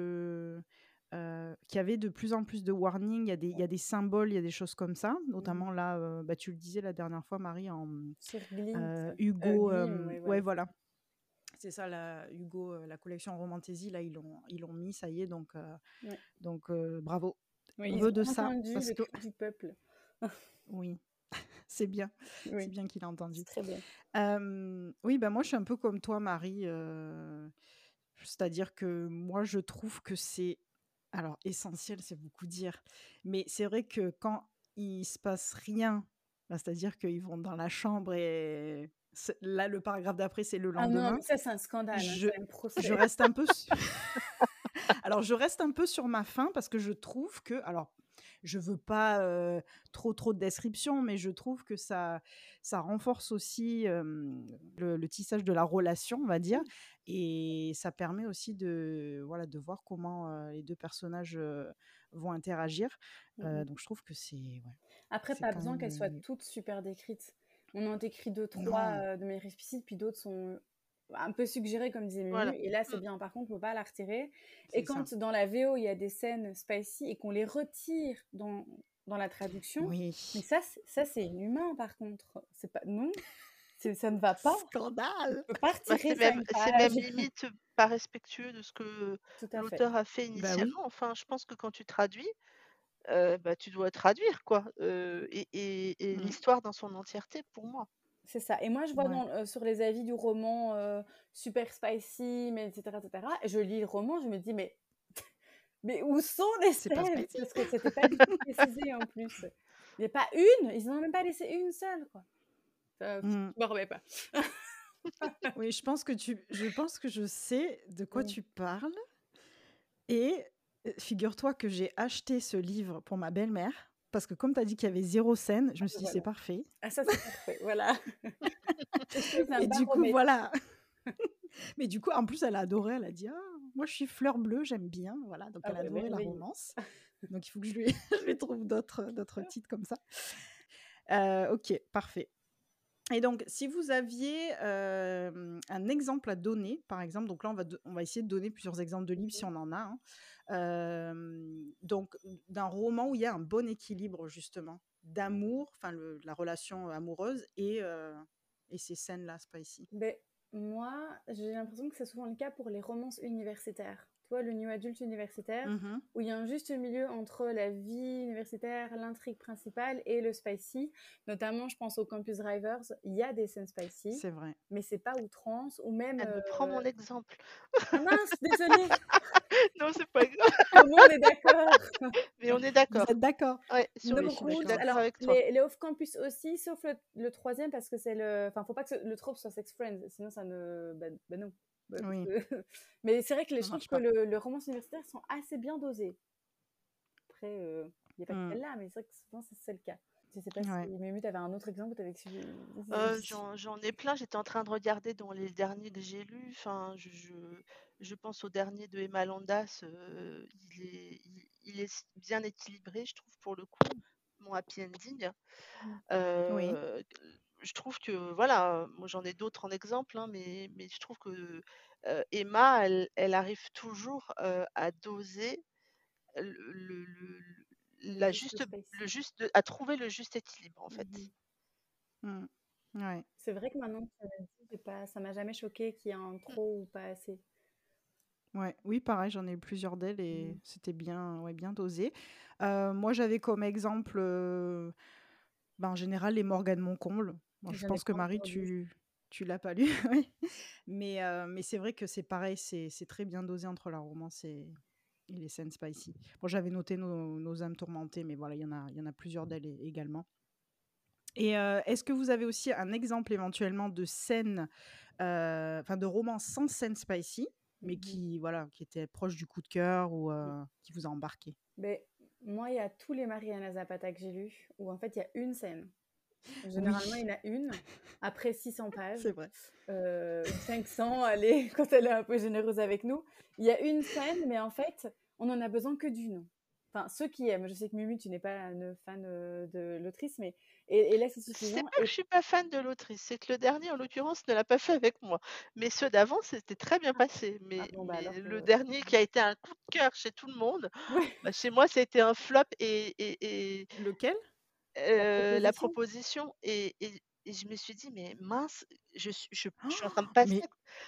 se heu, qu'il y avait de plus en plus de warnings. Il y a des il y a des symboles, il y a des choses comme ça. Mhm. Notamment là, heu, bah, tu le disais la dernière fois, Marie, en, mmh, Sur Glint, heu, euh, Hugo, Glim, hem, oui, ouais, voilà, c'est voilà. ça. C'est ça, la Hugo, heu, la collection Romantaisie, là, ils l'ont ils l'ont mis, ça y est, donc heu Ouais. donc heu, bravo. Oui, On ils veut ont de ça entendu parce le que cri du peuple. oui. C'est bien, c'est Oui, bien qu'il a c'est entendu. très bien. Hem, oui, bah, moi, je suis un peu comme toi, Marie, heu, c'est-à-dire que moi, je trouve que c'est alors essentiel, c'est beaucoup dire, mais c'est vrai que quand il se passe rien, bah, c'est-à-dire qu'ils vont dans la chambre et c'est là, le paragraphe d'après, c'est le Ah non, mais lendemain, ça, c'est un scandale, hein, je c'est un je procès. reste un peu s alors je reste un peu sur ma faim parce que je trouve que alors je veux pas, heu, trop, trop de descriptions, mais je trouve que ça ça renforce aussi, hem, le le tissage de la relation, on va dire Oui. et ça permet aussi de voilà, de voir comment, heu, les deux personnages, heu, vont interagir, Mmh heu, mh. donc je trouve que c'est ouais, Après, c'est pas quand besoin même, qu'elles soient heu toutes super décrites. On en décrit deux non, trois, heu, de manière explicite, puis d'autres sont un peu suggérées, comme disait Mumu Voilà. et là, c'est Mmh, bien. Par contre, on peut pas la retirer et c'est ça. quand dans la V O, il y a des scènes spicy et qu'on les retire dans dans la traduction, Oui. mais ça, c'est ça, c'est inhumain, par contre. C'est pas non, c'est ça ne va pas. Tu Scandale! peux pas bah, retirer c'est même cinq c'est pages. même limite pas respectueux de ce que Tout à fait. l'auteur a fait Bah oui. initialement. Enfin, je pense que quand tu traduis, heu, bah, tu dois traduire quoi, heu et et et Mmh. l'histoire dans son entièreté pour moi. C'est ça et moi je vois Ouais. dans heu, sur les avis du roman, heu, super spicy, mais et cetera et cetera et je lis le roman, je me dis: «Mais mais où sont les C'est pas scènes?» spicy. parce que c'était pas du tout précisé en plus. Il y a pas une, ils en ont même pas laissé une seule quoi. Heu, Mmh. je m'en remets pas. Oui, je pense que tu je pense que je sais de quoi Mmh. tu parles et heu, figure-toi que j'ai acheté ce livre pour ma belle-mère parce que comme tu as dit qu'il y avait zéro scène, je Ah me bah suis dit: «C'est voilà. parfait» Ah ça c'est parfait, voilà. Je suis un et du coup, baromètre. voilà. Mais du coup, en plus, elle a adoré, elle a dit: «Ah, moi je suis fleur bleue, j'aime bien», voilà, donc Ah elle a bah adoré la merveilleux. romance. Donc il faut que je lui je lui trouve d'autres d'autres titres comme ça. Heu, OK, parfait. Et donc, si vous aviez, hem, un exemple à donner, par exemple, donc là, on va do on va essayer de donner plusieurs exemples de livres si on en a, hein. Hem, donc d'un roman où il y a un bon équilibre justement, d'amour, enfin le la relation amoureuse et heu et ces scènes-là spicy. Beh, moi, j'ai l'impression que c'est souvent le cas pour les romances universitaires. Tu vois, le new adult universitaire, Mmh. où il y a un juste milieu entre la vie universitaire, l'intrigue principale et le spicy. Notamment, je pense au Campus Drivers, il y a des scènes spicy, C'est vrai. mais c'est pas outrance, ou même... Elle euh, me prend mon exemple. Ah mince, désolée, Non, c'est pas grave, au moins on est d'accord. mais on est Vous d'accord. êtes d'accord? Ouais, sur Oui, le je suis coup, je suis No-Rules, d'accord d'accord alors avec toi. les, les off-campus aussi, sauf le, le troisième, parce que c'est le... Enfin, faut pas que ce- le trope soit sex friends, sinon ça ne... Ben, ben non. Ben, parce Oui, que- Mais c'est vrai que les- ça je trouve marche que pas. le, le romance universitaire sont assez bien dosés. Après, il n'y a pas que Mmh. celle-là, mais c'est vrai que souvent c'est c'est le cas. Je sais pas si Ouais. Mému, tu avais un autre exemple avec celui... Heu, j'en j'en ai plein, j'étais en train de regarder dans les derniers que j'ai lus, enfin, je je je pense au dernier de Emma Landas, heu, il est il il est s bien équilibré, je trouve, pour le coup, mon happy ending. Oui. Heu, je trouve que voilà, moi j'en ai d'autres en exemple, hein, mais mais je trouve que, heu, Emma, elle elle arrive toujours, heu, à doser le le le Le la juste juste le spicy. juste à trouver le juste équilibre, en fait. Mhm. Mmh. Ouais. C'est vrai que maintenant que tu me le dis, j'ai pas... ça m'a jamais choqué qu'il y ait un Mmh, trop ou pas assez. Ouais, oui, pareil, j'en ai eu plusieurs d'elles et Mhm. c'était bien, ouais, bien dosé. Heu, moi, j'avais comme exemple, heu, ben, en général, les Morgane Moncomble. Bon, je J'en ai pense que pas Marie, encore lu. tu tu l'as pas lu, oui. Mais heu, mais c'est vrai que c'est pareil, c'est c'est très bien dosé entre la romance et et les scènes spicy. Bon, j'avais noté nos nos âmes tourmentées, mais voilà, il y en a il y en a plusieurs d'elles é également. Et heu, est-ce que vous avez aussi un exemple éventuellement de scène, heu, enfin de romance sans scène spicy, mais Mhm. qui voilà, qui était proche du coup de cœur ou heu, qui vous a embarqué? Ben, moi, il y a tous les Mariana Zapata que j'ai lus, où en fait, il y a une scène. Généralement, Oui, il y en a une, après six cents pages, c'est vrai. euh, ou cinq cents, allez, quand elle est un peu généreuse avec nous. Il y a une scène, mais en fait, on n'en a besoin que d'une. Enfin, ceux qui aiment, je sais que Mumu, tu n'es pas une fan euh, de l'autrice, mais et, et là, c'est c'est suffisant. pas que je Et suis pas fan de l'autrice, c'est que le dernier, en l'occurrence, ne l'a pas fait avec moi. Mais ceux d'avant, c'était très bien passé. ah Mais bon, bah mais alors, le euh, dernier qui a été un coup de cœur chez tout le monde, ouais, bah, chez moi, ça a été un flop et et et Lequel? la heu, la proposition. proposition et et et je me suis dit: «Mais mince, je suis je je suis en train de Oh, passer, mais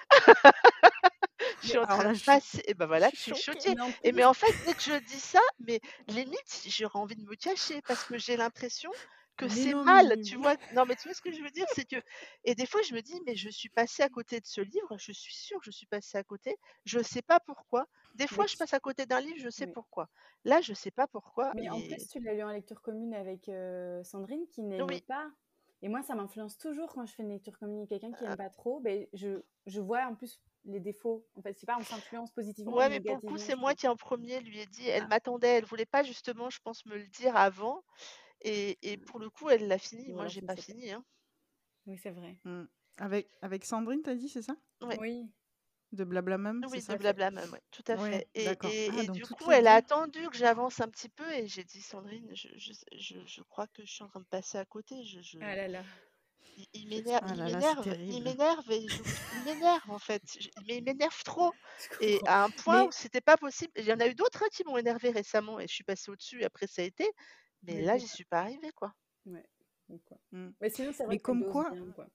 je suis Mais, en alors train là, de je suis passer» et ben je voilà, suis je suis choquée. choquée mais en et mais plus, en fait, dès que je dis ça, mais limite, j'aurais envie de me cacher parce que j'ai l'impression que Mais c'est non, mal, Mimi. tu vois? Non, mais tu vois ce que je veux dire? C'est que et des fois, je me dis: «Mais je suis passée à côté de ce livre, je suis sûre que je suis passée à côté, je sais pas pourquoi». Des fois, Mais je tu passe à côté d'un livre, je sais oui. pourquoi. Là, je sais pas pourquoi Mais en plus, et tu l'as lu en lecture commune avec, heu, Sandrine qui n'aimait oui, pas et moi, ça m'influence toujours quand je fais une lecture commune avec quelqu'un qui heu, aime pas trop, beh, je je vois en plus les défauts. En fait, je sais pas, on s'influence positivement ou ouais, mais pour le coup, négativement, c'est je moi trouve. qui en premier lui ai dit. Elle Ah, m'attendait, elle voulait pas justement, je pense, me le dire avant et et pour le coup, elle l'a fini. ou Moi, alors j'ai tu le pas sais pas. fini, hein. Oui, c'est vrai. Mmh. Avec avec Sandrine, tu dit, c'est ça? Ouais. Oui, De Blablamum, c'est Oui, tout de ça? à fait. Blabla Mum, ouais, tout à Ouais, fait et d'accord. Ah et et donc du toutes coup, les elle a deux. attendu que j'avance un petit peu et j'ai dit: «Sandrine, je je je je crois que je suis en train de passer à côté, je je Ah là là, il il m'énerve Ah il là là, c'est m'énerve il terrible. m'énerve et je il m'énerve, en fait, je mais il m'énerve trop» je et comprends. à un point où Mais c'était pas possible. Il y en a eu d'autres, hein, qui m'ont énervée récemment et je suis passée au-dessus et après ça a été, mais mais là, bon, j'y suis pas arrivée, quoi. ouais, donc quoi. Mmh. Mais sinon, c'est vrai Mais qu'elle comme dose quoi bien, quoi.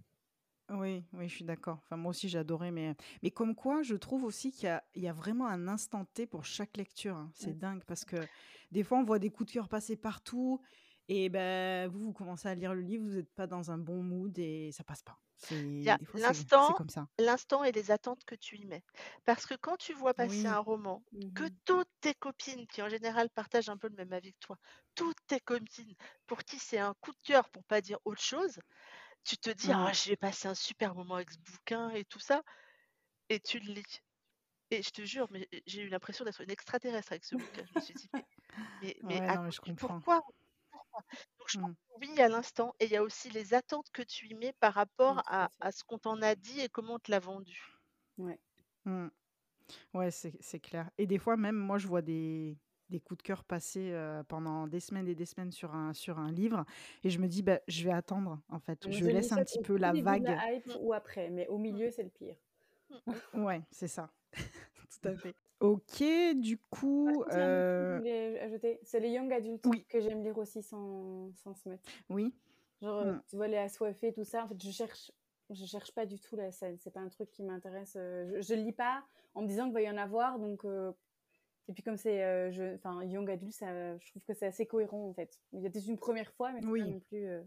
oui, oui, je suis d'accord. Enfin, moi aussi, j'ai adoré, mais mais comme quoi, je trouve aussi qu'il y a il y a vraiment un instant T pour chaque lecture, hein. C'est Ouais. dingue parce que des fois, on voit des coups de cœur passer partout et ben vous, vous commencez à lire le livre, vous êtes pas dans un bon mood et ça passe pas. Il y C'est a des fois, c'est c'est l'instant comme ça. l'instant et les attentes que tu y mets. Parce que quand tu vois passer un Oui. roman, que Mmh. toutes tes copines, qui en général partagent un peu le même avis que toi, toutes tes copines pour qui c'est un coup de cœur pour pas dire autre chose, tu te dis: Mmh. «Ah, je vais passer un super moment avec ce bouquin et tout ça» et tu le lis et je te jure, mais j'ai eu l'impression d'être une extraterrestre avec ce bouquin. Je me suis dit: «Mais mais mais Ouais, à non, mais quoi je mais comprends. pourquoi? Pourquoi?» Donc je pense Mmh. que oui, il y a l'instant et il y a aussi les attentes que tu y mets par rapport Oui, tout à à fait. à ce qu'on t'en a dit et comment on te l'a vendu. Ouais. Mmh. Ouais, c'est c'est clair et des fois, même moi, je vois des des coups de cœur passer, heu, pendant des semaines et des semaines sur un sur un livre et je me dis: «Bah, je vais attendre, en fait». Ah moi, Je je lis laisse un ça petit au peu tout la début de vague. la hype Mmh, ou après, mais au mmh, milieu, c'est le pire. mmh. Ouais, c'est ça. Tout à fait. OK, du Par coup, contre, il y a un autre truc que je heu voulais ajouter, c'est les young adultes oui, que j'aime lire aussi sans, sans se mettre. oui. Genre, euh, Mmh. tu vois, les assoiffés, tout ça. En fait, je cherche, je cherche pas du tout la scène. C'est pas un truc qui m'intéresse. euh, Je, je lis pas en me disant qu'il va y en avoir. Donc, euh, et puis comme c'est, euh, je, enfin, young adulte, ça, je trouve que c'est assez cohérent en fait. Il y a peut-être une première fois, mais c'est pas Oui. non plus. euh,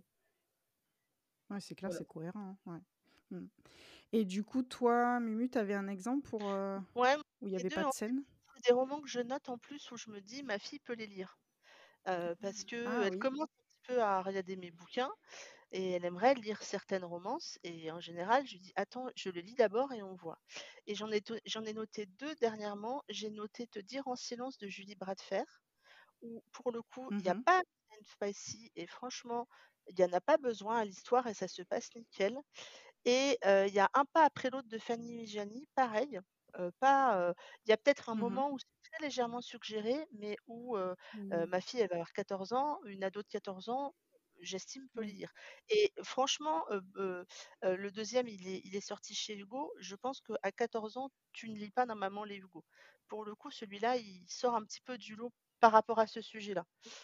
Ouais, c'est clair, Voilà. c'est cohérent, hein, ouais. Mmh et du coup, toi, Mumu, tu avais un exemple pour, heu, Ouais, où il y les avait deux pas de en fait, scène? c'est des romans que je note en plus où je me dis: «Ma fille peut les lire». Heu, parce Ah qu'elle oui. commence un petit peu à regarder mes bouquins et elle aimerait lire certaines romances et en général, je lui dis: «Attends, je le lis d'abord et on voit» et j'en ai to j'en ai noté deux dernièrement. J'ai noté Te dire en silence de Julie Bradfer où pour le coup, il y a Mmh. pas de spicy et franchement, il y en a pas besoin à l'histoire et ça se passe nickel. Et heu, il y a Un pas après l'autre de Fanny Wijani, pareil, heu, pas, heu, il y a peut-être un Mmh. moment où c'est très légèrement suggéré, mais où, heu heu, Mhm. ma fille, elle va avoir quatorze ans, une ado de quatorze ans, j'estime peut Oui. lire et franchement, heu heu heu, le deuxième il est il est sorti chez Hugo. Je pense qu'à quatorze ans, tu ne lis pas normalement les Hugo. Pour le coup, celui-là, il sort un petit peu du lot par rapport à ce sujet-là.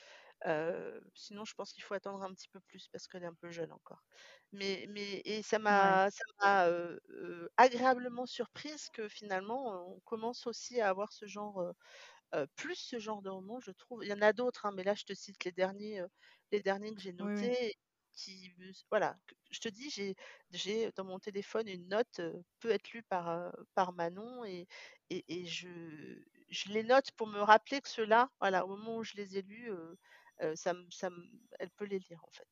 Heu, sinon je pense qu'il faut attendre un petit peu plus parce qu'elle est un peu jeune encore. Mais mais et ça Ouais. m'a ça m'a, heu heu, agréablement surprise que finalement, on commence aussi à avoir ce genre, heu heu, plus ce genre de roman, je trouve. Il y en a d'autres, hein, mais là je te cite les derniers, heu, les derniers que j'ai Oui, oui. notés qui me voilà, que je te dis, j'ai j'ai dans mon téléphone une note, heu, peut être lue par, heu, par Manon et et et je je les note pour me rappeler que ceux-là, voilà, au moment où je les ai lus, heu heu, ça me ça me elle peut les lire, en fait.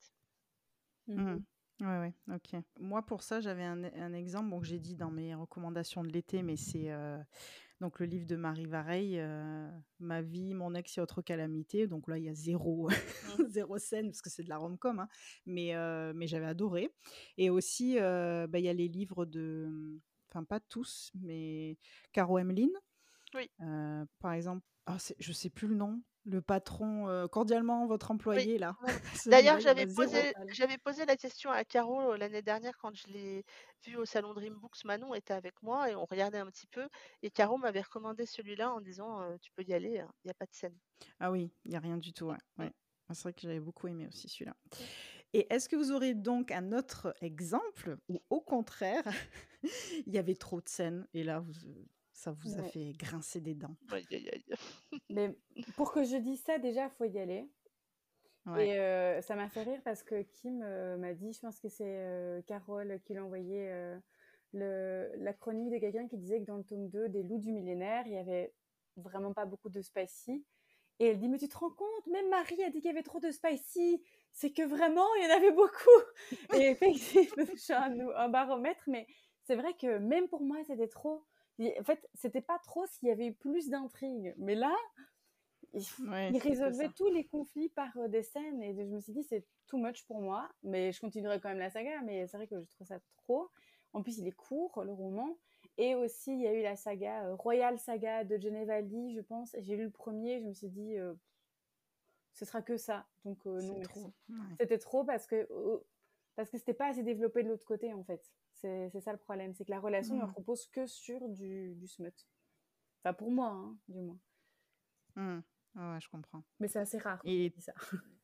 Mmh. Mhm. Ouais, ouais, OK. Moi, pour ça, j'avais un e un exemple, bon, que j'ai dit dans mes recommandations de l'été, mais c'est, heu, donc le livre de Marie Vareille, heu, «Ma vie, mon ex et autres calamités». Donc là, il y a zéro Mmh. zéro scène parce que c'est de la rom-com, hein, mais heu, mais j'avais adoré et aussi, heu, bah, il y a les livres de, mmh, enfin pas tous, mais Caro Emeline, Oui, heu, par exemple, ah c'est je sais plus le nom, le patron, heu, cordialement votre oui, employé là, complètement. D'ailleurs, celui-là, il y en j'avais a zéro. posé j'avais posé la question à Caro, heu, l'année dernière quand je l'ai vue au salon Dream Books. Manon était avec moi et on regardait un petit peu et Caro m'avait recommandé celui-là en disant, heu: «Tu peux y aller, hein, il y a pas de scène». Ah oui, il y a rien du tout, Mmh ouais, mh. ouais. Ah, c'est vrai que j'avais beaucoup aimé aussi celui-là. Mmh. Et est-ce que vous aurez donc un autre exemple où, au contraire, il y avait trop de scènes et là, vous, heu, ça vous a Ouais. fait grincer des dents? Aïe, aïe, aïe. Mais pour que je dise ça, déjà, il faut y aller. Ouais. Et euh, ça m'a fait rire parce que Kim euh, m'a dit, je pense que c'est euh, Carole qui l'a envoyé euh, le, la chronique de quelqu'un qui disait que dans le tome deux des Loups du millénaire, il y avait vraiment pas beaucoup de spicy. Et elle dit, mais tu te rends compte, même Marie a dit qu'il y avait trop de spicy. C'est que vraiment, il y en avait beaucoup. Et effectivement, je suis un, un baromètre, mais c'est vrai que même pour moi, c'était trop. En fait, c'était pas trop s'il y avait eu plus d'intrigue. Mais là, il, Ouais, il c'est que résolvait ça. tous les conflits par euh, des scènes. Et je me suis dit, c'est too much pour moi. Mais je continuerai quand même la saga. Mais c'est vrai que je trouve ça trop. En plus, il est court, le roman. Et aussi, il y a eu la saga, euh, Royal Saga de Genevali, je pense. J'ai lu le premier, je me suis dit, euh, ce sera que ça. Donc, euh, non, C'est merci. trop. Ouais. C'était trop parce que euh, parce que c'était pas assez développé de l'autre côté, en fait. C'est c'est ça le problème. C'est que la relation ne Mm. repose que sur du, du smut. Enfin, pour moi, hein, du moins. Mm. Ouais, ouais, je comprends. Mais c'est assez rare qu'on Et dit ça.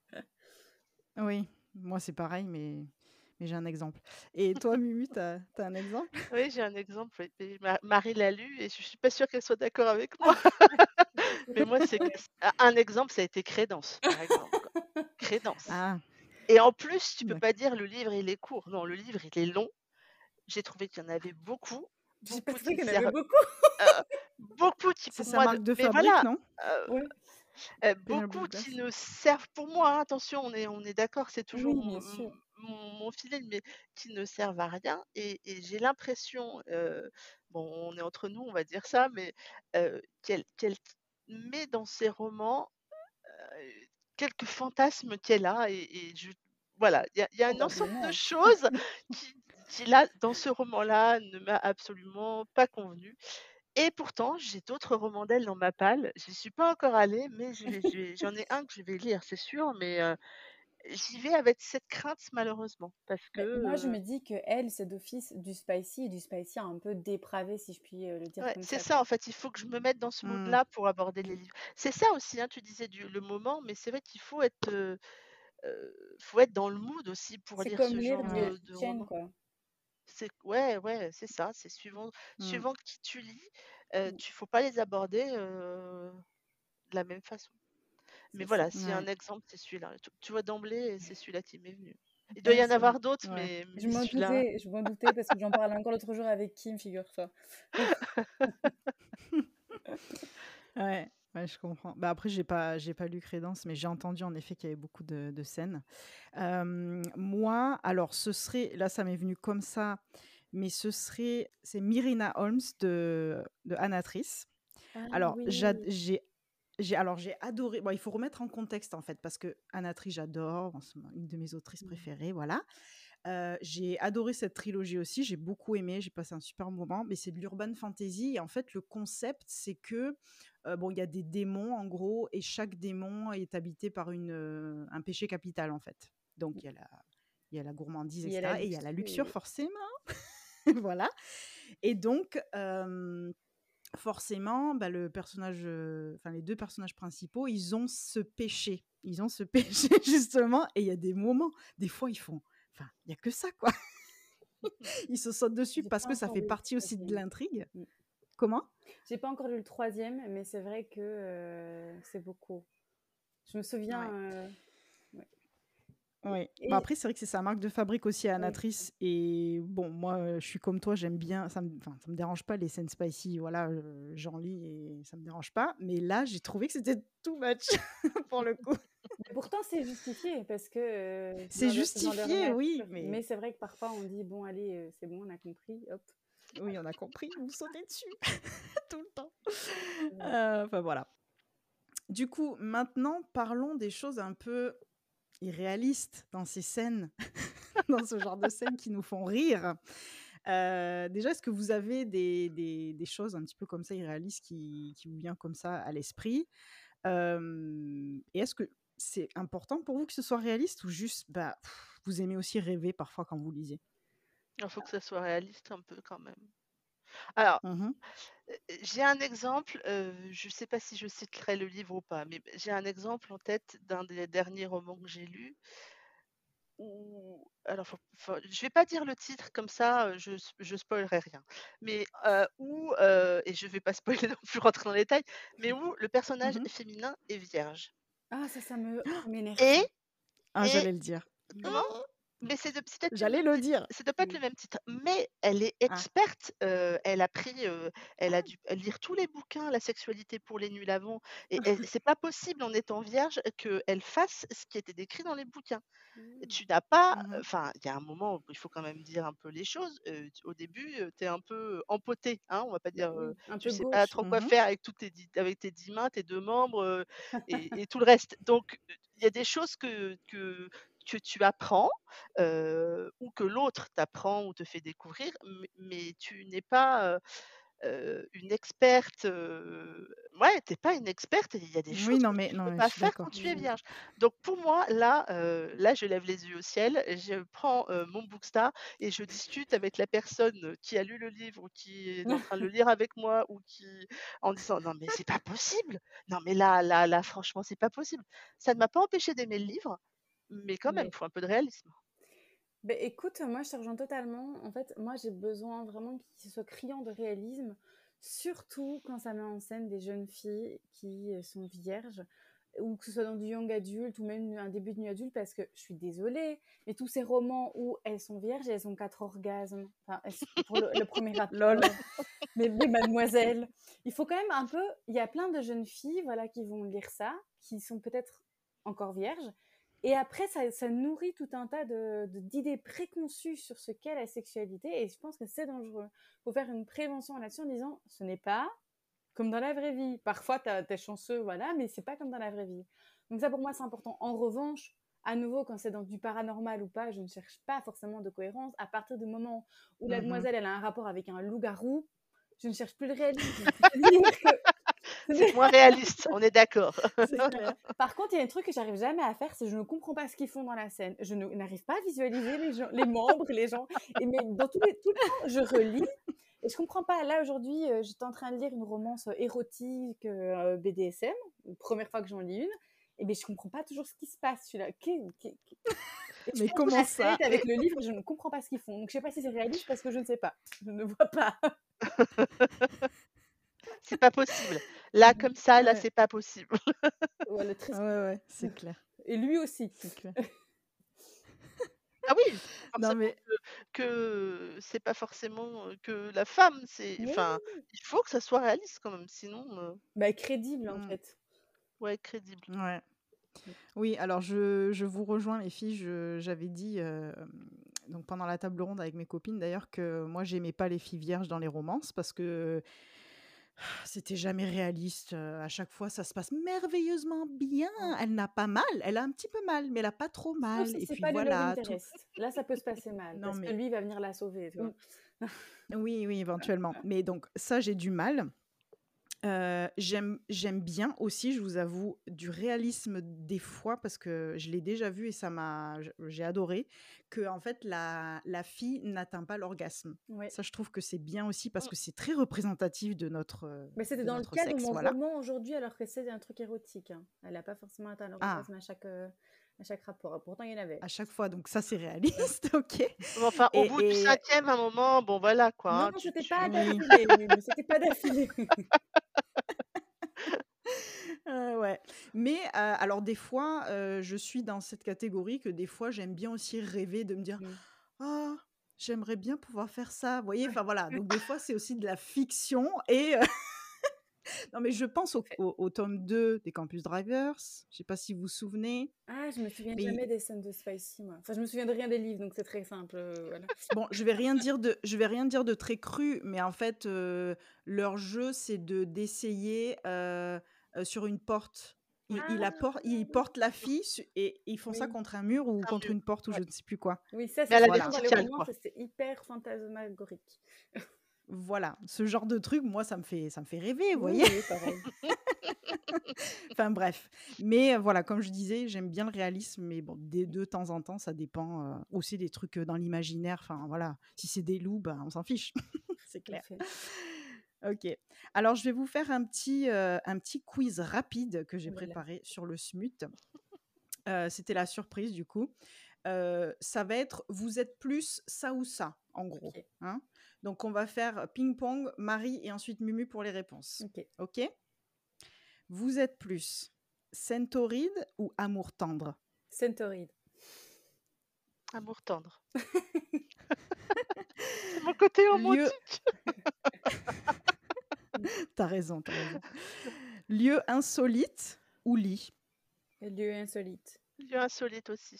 oui, moi c'est pareil, mais, mais j'ai un exemple. Et toi, Mumu, t'as, t'as un exemple? Oui, j'ai un exemple, oui, et Ma Marie l'a lu et je suis pas sûre qu'elle soit d'accord avec moi. Mais moi, c'est que c un un exemple, ça a été Crédence, par exemple, quoi. Crédence. Ah, Et en plus, tu peux pas d'accord. dire le livre, il est court. Non, le livre, il est long. J'ai trouvé qu'il y en avait beaucoup, J'ai pas beaucoup trouvé qui ne qu'il y en avait servent beaucoup. heu, beaucoup qui C'est pour sa moi de marque de mais fabrique, voilà, non? heu Ouais. heu, Penelope beaucoup qui Douglas. ne servent pour moi, hein, attention, on est on est d'accord, c'est toujours Oui, mon bien mon sûr. mon mon feeling, mais qui ne servent à rien et et j'ai l'impression, heu, bon, on est entre nous, on va dire ça, mais heu, qu'elle qu'elle met dans ses romans, heu, quelques fantasmes qu'elle a et et je voilà, il y a il y a un ensemble de Probablement. choses qui qui là, dans ce roman-là, ne m'a absolument pas convenu et pourtant, j'ai d'autres romans d'elle dans ma palle. J'y suis pas encore allée, mais je vais je vais j'en ai un que je vais lire, c'est sûr, mais heu, j'y vais avec cette crainte malheureusement parce que, Mais moi, je me heu dis que elle, c'est d'office du spicy et du spicy un peu dépravé, si je puis euh, le dire ouais, comme c'est ça, ça quoi. en fait, il faut que je me mette dans ce Mm. mood-là pour aborder les livres. C'est ça aussi, hein, tu disais du le moment, mais c'est vrai qu'il faut être, heu heu, faut être dans le mood aussi pour C'est lire comme ce lire genre du Ouais. de Jackie de Chan, roman. quoi. C'est ouais, ouais, c'est ça, c'est suivant Mm. suivant qui tu lis, heu, tu faut pas les aborder, heu, de la même façon. Mais C'est ça. voilà, s'il y a un Ouais. exemple, c'est celui-là. Tu tu vois d'emblée, c'est celui-là qui m'est venu. Il doit y Ouais, en c'est vrai. avoir d'autres, Ouais. mais Je mais m'en celui-là doutais, je m'en doutais parce que j'en parlais encore l'autre jour avec Kim, figure-toi. Ouais. Ouais, je comprends. Bah après, j'ai pas, j'ai pas lu Crédence, mais j'ai entendu en effet qu'il y avait beaucoup de, de scènes. Euh, moi, alors ce serait, là ça m'est venu comme ça, mais ce serait, c'est Myrina Holmes de, de Anatrice. Ah Alors, j'ad- oui. j'ai, j'ai, alors j'ai adoré. Bon, il faut remettre en contexte en fait, parce que Anatrice, j'adore, en ce moment, une de mes autrices préférées, voilà. Euh, j'ai adoré cette trilogie aussi, j'ai beaucoup aimé, j'ai passé un super moment, mais c'est de l'urban fantasy. Et en fait, le concept, c'est que, euh, bon, il y a des démons en gros, et chaque démon est habité par une, euh, un péché capital en fait. Donc, il y a la, il y a la gourmandise, Il y a la et cetera. Et il y a la luxure, luxure. forcément. Voilà. Et donc, euh, forcément, bah, le personnage, euh, enfin les deux personnages principaux, ils ont ce péché, ils ont ce péché justement, et il y a des moments, des fois ils font, enfin il y a que ça quoi, ils se sautent dessus J'ai parce pas que ça encore fait lu le partie aussi de troisième. l'intrigue. Mm. Comment? J'ai pas encore lu le troisième, mais c'est vrai que euh, c'est beaucoup. Je me souviens. Ouais. euh, ouais. Et, Oui, bah et- après c'est vrai que c'est sa marque de fabrique aussi à oui. Anatrice, et bon moi euh, je suis comme toi, j'aime bien, ça me, enfin, ça me dérange pas les scènes spicy, voilà, euh, j'en lis et ça me dérange pas, mais là j'ai trouvé que c'était too much pour le coup. Mais pourtant, c'est justifié parce que euh, ce C'est genre de, ce genre de justifié, oui, narrative. mais Mais c'est vrai que parfois, on dit bon, allez, euh, c'est bon, on a compris, hop. oui, on a compris, vous sautez dessus tout le temps. Ouais. Euh, Enfin voilà. Du coup, maintenant, parlons des choses un peu irréalistes dans ces scènes, dans ce genre de scènes qui nous font rire. Euh, déjà, est-ce que vous avez des, des, des choses un petit peu comme ça irréalistes qui, qui vous viennent comme ça à l'esprit? Euh, Et est-ce que c'est important pour vous que ce soit réaliste, ou juste bah, pff, vous aimez aussi rêver parfois quand vous lisez? il faut que ça soit réaliste un peu quand même. Alors, Mhm. heu, j'ai un exemple, heu, je ne sais pas si je citerai le livre ou pas, mais j'ai un exemple en tête d'un des derniers romans que j'ai lus où alors faut faut je vais pas dire le titre comme ça, heu, je s je spoilerai rien. Mais, heu, où, heu et je vais pas spoiler non plus, rentrer dans les détails, mais où le personnage Mhm. féminin est vierge Ah, ça, ça me ça m'énerve, et ça. Ah, Et j'allais le dire. comment? Mais c'est de c'est peut-être plus le J'allais même le titre, dire. c'est doit pas être Mmh. le même titre, mais elle est Ah. experte, heu, elle a pris, heu, elle a Ah! dû lire tous les bouquins, La sexualité pour les nuls avant et et c'est pas possible en étant vierge qu'elle fasse ce qui était décrit dans les bouquins. Mmh. Tu n'as pas Mmh mh. enfin, il y a un moment où il faut quand même dire un peu les choses, heu, t au début, heu, tu es un peu empotée, hein, on va pas Bah dire, heu, oui, un tu peu sais pas gauche. trop quoi Mmh mh. faire avec tous tes dix avec tes dix mains, tes deux membres, heu et et tout le reste. Donc il y a des choses que que que tu apprends, heu, ou que l'autre t'apprend ou te fait découvrir, mais mais tu n'es pas, heu heu, une experte, heu, ouais, tu es pas une experte et il y a des Oui, choses non que mais tu non peux mais je pas suis faire quand d'accord. tu es Mmh. vierge. Donc pour moi, là, heu, là, je lève les yeux au ciel, je prends, heu, mon Bookstar et je discute avec la personne qui a lu le livre ou qui est en train de le lire avec moi ou qui en disant: «Non mais c'est pas possible! Non mais là là là, franchement, c'est pas possible». Ça ne m'a pas empêché d'aimer le livre, mais quand même, Mais il faut un peu de réalisme. beh, écoute, moi, je te rejoins totalement. En fait, moi, j'ai besoin vraiment qu'il soit criant de réalisme, surtout quand ça met en scène des jeunes filles qui, heu, sont vierges ou que ce soit dans du young adulte ou même un début de nu adulte parce que je suis désolée, mais tous ces romans où elles sont vierges et elles ont quatre orgasmes, enfin, elles s pour le le premier Lol. rapport, mais mais mademoiselle, il faut quand même un peu il y a plein de jeunes filles, voilà, qui vont lire ça, qui sont peut-être encore vierges et après ça ça nourrit tout un tas de de d'idées préconçues sur ce qu'est la sexualité et je pense que c'est dangereux. Il faut faire une prévention là-dessus en disant: «Ce n'est pas comme dans la vraie vie. Parfois, tu as chanceux, voilà, mais c'est pas comme dans la vraie vie». Donc ça, pour moi, c'est important. En revanche, à nouveau, quand c'est dans du paranormal ou pas, je ne cherche pas forcément de cohérence. À partir du moment où la Mmh mh. demoiselle, elle a un rapport avec un loup-garou, je ne cherche plus le réalisme. C'est-à-dire que C'est moins réaliste, on est d'accord. C'est clair. par contre, il y a un truc que j'arrive jamais à faire, c'est je ne comprends pas ce qu'ils font dans la scène. Je ne n'arrive pas à visualiser les gens, les membres, les gens. Et mais dans tous les tout le temps, je relis et je comprends pas. Là aujourd'hui, heu, j'étais en train de lire une romance érotique, heu, B D S M, première fois que j'en lis une, et beh, je comprends pas toujours ce qui se passe. Je suis là: «Qu'est qu'est qu'est» et je Mais confonds comment la ça? scène avec le livre et je ne comprends pas ce qu'ils font. Donc je sais pas si c'est réaliste parce que je ne sais pas. Je ne vois pas. C'est pas possible. Là, comme ça, là, Ouais. c'est pas possible. Voilà, triste. Ouais, ouais, c'est clair, Et lui aussi. c'est clair. Ah oui, c'est pas Non forcément mais que que c'est pas forcément, heu, que la femme, c'est Oui, enfin, il faut que ça soit réaliste quand même, sinon, heu, bah, crédible en mmh, fait. ouais, crédible. ouais. Oui, alors je je vous rejoins les filles, je j'avais dit, hem, donc pendant la table ronde avec mes copines d'ailleurs que moi j'aimais pas les filles vierges dans les romances parce que c'était jamais réaliste, heu, à chaque fois ça se passe merveilleusement bien. Ouais. Elle n'a pas mal, elle a un petit peu mal, mais elle a pas trop Sauf mal si et c'est puis pas le love voilà, tout interest. Là, ça peut se passer mal non parce que mais lui, il va venir la sauver, tu vois? ou oui, oui, éventuellement, mais donc ça j'ai du mal. Heu, j'aime j'aime bien aussi, je vous avoue, du réalisme des fois parce que je l'ai déjà vu et ça m'a j j'ai adoré, que en fait la la fille n'atteint pas l'orgasme. Ouais. Ça, je trouve que c'est bien aussi parce Mmh. que c'est très représentatif de notre, heu, Mais c'était de dans le notre cas de sexe, mon voilà. roman aujourd'hui, alors que c'est un truc érotique, hein. Elle a pas forcément atteint Ah, l'orgasme à chaque, heu, à chaque rapport. Pourtant, il y en avait. à chaque fois, donc ça, c'est Ouais. réaliste, OK Mais enfin, au bout du et et cinquième, à un moment, bon voilà quoi, Non, hein, tu c'était pas tu oui, d'affilée, Mumu, c'était pas d'affilée. heu, ouais, mais heu, alors des fois, heu, je suis dans cette catégorie que des fois, j'aime bien aussi rêver de me dire: Mmh. «Ah, j'aimerais bien pouvoir faire ça». Vous voyez? Enfin voilà, donc des fois, c'est aussi de la fiction et heu, non mais je pense au Fait au au tome deux des Campus Drivers, je sais pas si vous vous souvenez? ah, je me souviens Mais jamais des scènes de Spicy, moi. Enfin, je me souviens de rien des livres, donc c'est très simple, heu, voilà. bon, je vais rien dire de je vais rien dire de très cru, mais en fait, heu, leur jeu, c'est de d'essayer, heu heu, sur une porte. Ils ils la por Ah! ils portent la fille su et ils font ça Oui, contre un mur ou un contre mur, une porte ou ouais. je ne sais plus quoi. oui, ça, Mais c'est à la souvent Voilà, dans les verticale romans, quoi. ça, c'est hyper fantasmagorique. voilà, ce genre de truc, moi, ça me fait ça me fait rêver, vous Oui, voyez? oui, oui, pareil. Enfin bref, mais heu, voilà, comme je disais, j'aime bien le réalisme, mais bon, des de temps en temps, ça dépend, heu, aussi des trucs, heu, dans l'imaginaire, enfin voilà. Si c'est des loups, ben, on s'en fiche, c'est Tout à clair. fait. OK. Alors je vais vous faire un petit, heu, un petit quiz rapide que j'ai Oh là là. préparé sur le smut. Heu, c'était la surprise du coup. Heu, ça va être: vous êtes plus ça ou ça, en gros, OK, hein. Donc on va faire ping-pong, Marie et ensuite Mumu pour les réponses. OK. OK? Vous êtes plus Centauride ou Amour tendre? Centauride. Amour tendre. C'est mon côté Lieu... romantique. T'as raison, t'as raison. Lieu insolite ou lit? Lieu insolite. Lieu insolite aussi.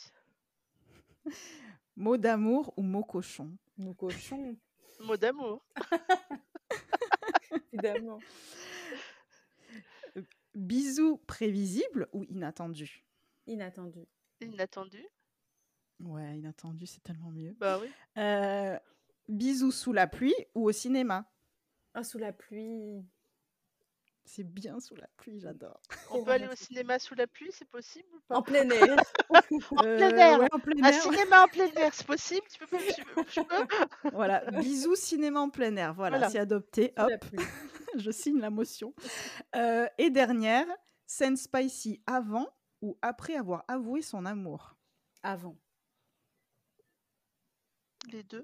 Mot d'amour ou mot cochon? Mot cochon. Mot d'amour. Évidemment. Bisous prévisible ou inattendu? Inattendu. Inattendu. Ouais, inattendu, c'est tellement mieux. Bah oui. Euh, bisous sous la pluie ou au cinéma? Ah, sous la pluie. C'est bien sous la pluie, j'adore. On peut aller au cinéma sous la pluie, c'est possible ou pas? En plein air. En plein air. Euh, ouais, en plein Un air. cinéma en plein air, c'est possible? Tu peux, tu peux, je peux? Voilà, bisous cinéma en plein air. Voilà, Voilà. c'est adopté. Sous la Hop, pluie. je signe la motion. Euh, et dernière, scène spicy avant ou après avoir avoué son amour? Avant. Les deux.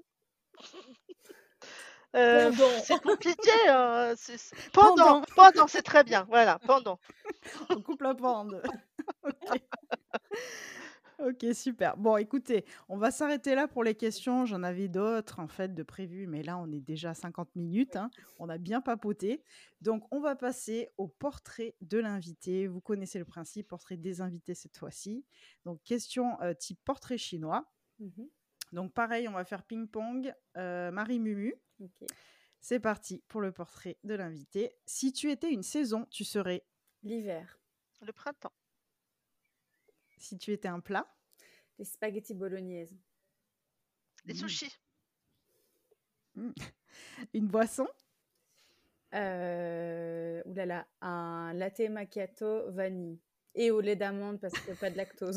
Euh, Pendant. c'est compliqué. Hein. C'est, c'est... Pendant. Pendant. Pendant, c'est très bien. Voilà, pendant. On coupe la bande. Ok. Ok, super. Bon, écoutez, on va s'arrêter là pour les questions. J'en avais d'autres, en fait, de prévues, mais là, on est déjà à cinquante minutes. Hein. On a bien papoté. Donc, on va passer au portrait de l'invité. Vous connaissez le principe, portrait des invités cette fois-ci. Donc, question euh, type portrait chinois. Mhm. Donc, pareil, on va faire ping-pong. Euh, Marie Mumu. Ok. C'est parti pour le portrait de l'invité. Si tu étais une saison, tu serais... L'hiver. Le printemps. Si tu étais un plat? Les spaghettis bolognaises. Les Mmh. sushis. Mmh. Une boisson? Euh... Ouh là là, un latte macchiato vanille. Et au lait d'amande parce qu'il n'y a pas de lactose.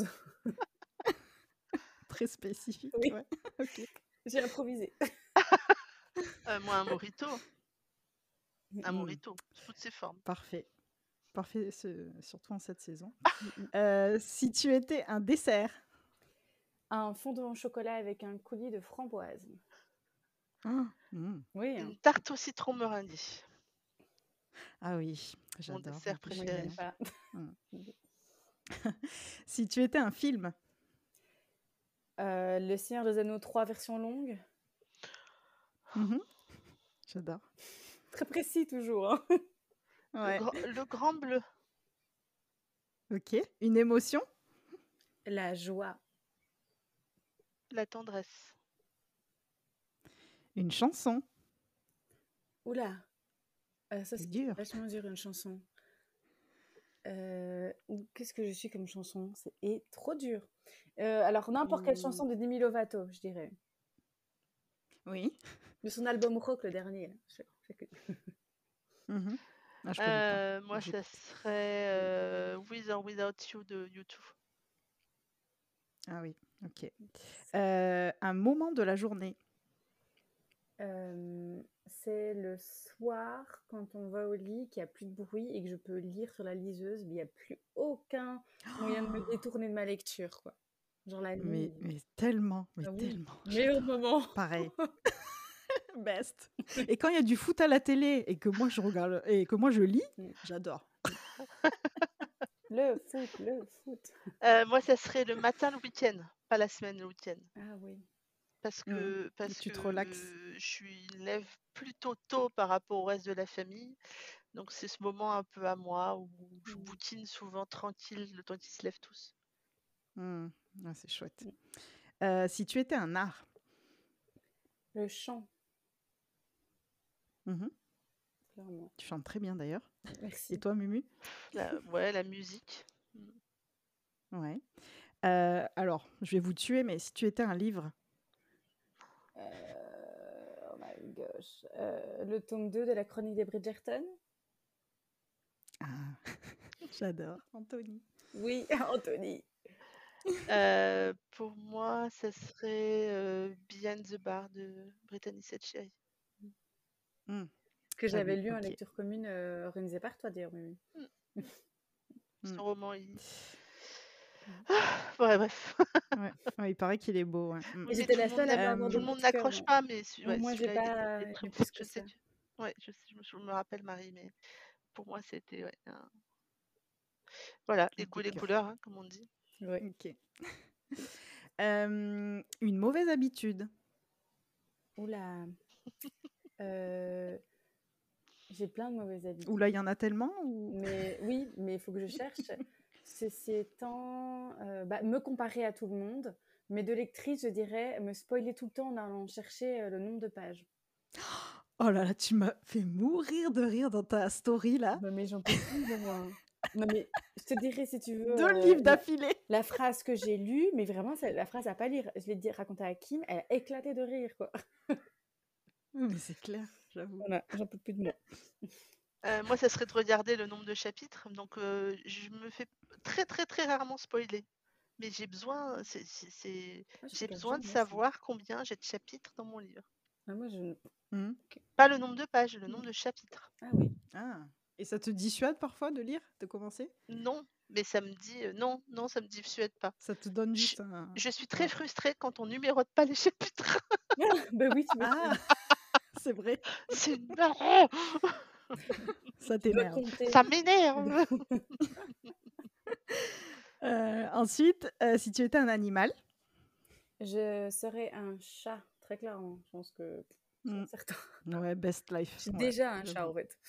Très spécifique. Oui. Ouais. Ok. J'ai improvisé. Euh, moi, un mojito. Un Mm. mojito, sous toutes ses formes. Parfait. Parfait, ce- surtout en cette saison. Euh, si tu étais un dessert? Un fondant au chocolat avec un coulis de framboise. Ah, mmh. Oui. Une tarte au citron meringuée. Ah oui, Mon j'adore. dessert En plus, Moi, préféré. j'aime pas. si tu étais un film? Euh, Le Seigneur des Anneaux trois version longue. Mhm. J'adore. Très précis toujours. Hein. Ouais. Le, grand, le grand bleu. Ok. Une émotion? La joie. La tendresse. Une chanson? Oula. Euh, ça, C'est c'est dur. vachement dur, une chanson. Euh, ou qu'est-ce que je suis comme chanson? C'est et trop dur. Euh, alors, n'importe quelle Mmh. chanson de Demi Lovato, je dirais. Oui. De son album rock, le dernier. Là. Je- je- Mhm. Ah, je connais Euh, pas. moi, J'ai- ça serait euh, With or Without You de U deux. Ah oui, ok. Euh, un moment de la journée? Euh, c'est le soir, quand on va au lit, qu'il n'y a plus de bruit et que je peux lire sur la liseuse, mais il n'y a plus aucun moyen de me détourner de ma lecture, quoi. Genre la Mais, nuit. mais tellement, mais Ah oui, tellement. meilleur J'adore. moment. Pareil. Best. Et quand il y a du foot à la télé et que moi je regarde et que moi je lis, Mm. j'adore. Le foot, le foot. Euh, moi, ça serait le matin, le week-end. Pas la semaine, le week-end. Ah oui. Parce Mmh. que, Où parce tu te que relaxes. je suis lève plutôt tôt par rapport au reste de la famille. Donc, c'est ce moment un peu à moi où je Mm. boutine souvent tranquille le temps qu'ils se lèvent tous. Mmh. Ah, c'est chouette. Mm. Euh, si tu étais un art? Le chant, Mhm. clairement. Tu chantes très bien d'ailleurs. Merci. Et toi, Mumu? La, ouais, la musique. Ouais. Euh, alors, je vais vous tuer, mais si tu étais un livre? Euh, oh my gosh. Euh, le tome deux de la chronique des Bridgerton. Ah, j'adore. Anthony. Oui, Anthony. Euh, pour moi, ça serait euh, Behind the Bar de Brittany Setcheri. Mmh. Que J'avais- j'avais lu en ok. lecture commune euh, organisée par toi, d'ailleurs. Mimi. Son Mm. roman, il... Ah, ouais, bref. Ouais. Ouais, il paraît qu'il est beau. Ouais. Mm. Oui, mais J'étais tout la le monde seule à n'a- pas avoir tout le de monde coup de cœur, n'accroche moi. pas, mais celui- ouais, Moi, j'ai celui-là, il est- pas il est très eu beau. plus que Je sais ça. que... Ouais, je, sais- je me, je me rappelle, Marie, mais pour moi, c'était... Ouais, un- voilà, les Un goûts coup et de les cœur. couleurs, hein, comme on dit. Ouais. Ok. Euh, une mauvaise habitude. Oula. Euh, J'ai plein de mauvaises habitudes. Ou là, il y en a tellement ou... Mais oui, mais il faut que je cherche. Ceci étant, euh, bah, me comparer à tout le monde. Mais de lectrice, je dirais me spoiler tout le temps en allant chercher euh, le nombre de pages. Oh là là, tu m'as fait mourir de rire dans ta story là. Non, mais j'en peux plus de moi. Non, mais je te dirais si tu veux. Deux euh, livres la, d'affilée. la phrase que j'ai lue, mais vraiment, c'est la phrase à pas lire. Je l'ai dit, racontée à Kim, elle a éclaté de rire, quoi. Mais c'est clair, j'avoue. Voilà, j'en peux plus de moi. Euh, moi, ça serait de regarder le nombre de chapitres. Donc, euh, je me fais très, très, très rarement spoiler. Mais j'ai besoin, c'est, c'est, c'est- Moi, je j'ai regarde besoin de jamais ça. savoir combien j'ai de chapitres dans mon livre. Ah, moi, je... Hmm. Pas le nombre de pages, le nombre de chapitres. Ah oui. Ah. Et ça te dissuade parfois de lire, de commencer? Non, mais ça me dit euh, non, non, ça me dissuade pas. Ça te donne Je, juste un... je suis très Ouais. frustrée quand on numérote pas les chapitres. Ben oui, tu Ah, m'étonnes. c'est vrai, C'est marrant, ça Tu dois t'énerve. compter. ça m'énerve. Euh, ensuite, euh, si tu étais un animal, Je serais un chat, très clairement. Je pense que c'est Hmm. certain. ouais, best life. Je suis ouais, déjà un chat, j'avoue. en fait.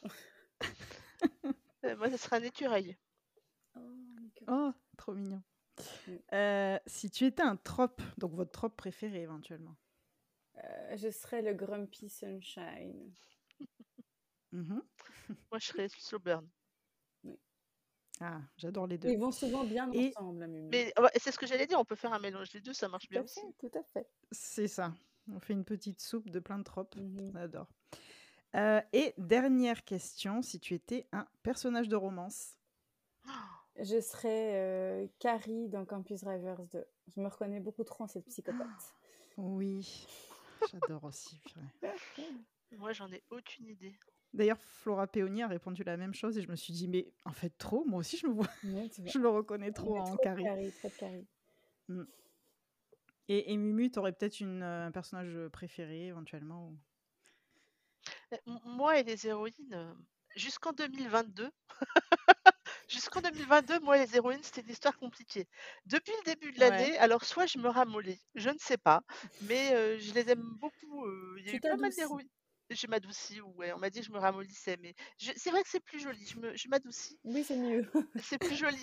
Euh, moi, ce sera un écureuil. Oh, nickel. Oh, trop mignon. Mm. Euh, si tu étais un trope, donc votre trope préféré éventuellement. Euh, je serais le Grumpy Sunshine. Mhm. Moi, je serais Slowburn. Ah, j'adore les deux. Ils vont souvent bien Et ensemble, la Mimi. Mais ouais, c'est ce que j'allais dire, on peut faire un mélange des deux, ça marche Tout bien à aussi. fait, tout à fait. c'est ça. On fait une petite soupe de plein de tropes. Mhm. On adore. Euh, et dernière question, si tu étais un personnage de romance. Je serais euh, Carrie dans Campus Drivers deux. Je me reconnais beaucoup trop en cette psychopathe. Oui, j'adore aussi. purée. Moi, j'en ai aucune idée. D'ailleurs, Flora Peony a répondu la même chose et je me suis dit, mais en fait, trop, moi aussi, je me, vois, Ouais, tu vois. je me reconnais On trop est en trop de Carrie. Carrie, trop de Carrie. Mm. Et, et Mumu, t'aurais peut-être une, euh, un personnage préféré éventuellement ou... Euh, m- Moi et les héroïnes, euh, jusqu'en deux mille vingt-deux, jusqu'en deux mille vingt-deux, moi, les héroïnes, c'était une histoire compliquée. Depuis le début de Ouais. l'année, alors soit je me ramollis, je ne sais pas, mais euh, je les aime beaucoup. euh, Il y a Tu eu pas mal t'adoucis. d'héroïnes. Je m'adoucis, ouais, on m'a dit que je me ramollissais, mais je- c'est vrai que c'est plus joli, je me- je m'adoucis, Oui, c'est mieux. c'est plus joli.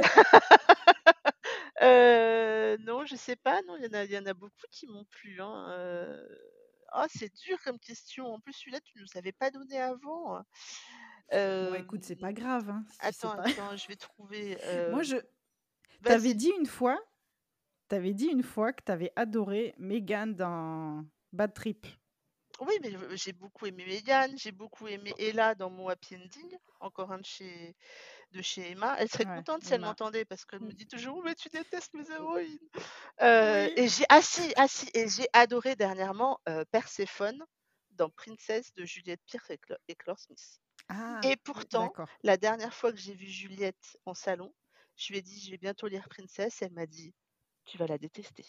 Euh, non, je sais pas, non, il y en a, il y en a beaucoup qui m'ont plu. Hein. euh. Ah, c'est dur comme question. En plus, celui-là, tu ne nous avais pas donné avant. Bon, Euh, écoute, c'est pas grave, hein, si tu sais Attends, pas. attends, je vais trouver. euh, Moi, je t'avais Vas-y. dit une fois, t'avais dit une fois que t'avais adoré Megan dans Bad Trip. Oui, mais je- j'ai beaucoup aimé Megan, j'ai beaucoup aimé Ella dans mon Happy Ending, encore un de chez, de chez Emma. Elle serait Ouais, contente si elle Emma. m'entendait parce qu'elle me Mm. dit toujours, oh, mais tu détestes mes héroïnes. Euh, Oui. et j'ai ah si, ah si, et j'ai adoré dernièrement euh, Perséphone dans Princess de Juliette Pierce et, Cla- et Claire Smith. Ah, Et pourtant, d'accord. la dernière fois que j'ai vu Juliette en salon, je lui ai dit, je vais bientôt lire Princess. Elle m'a dit, tu vas la détester.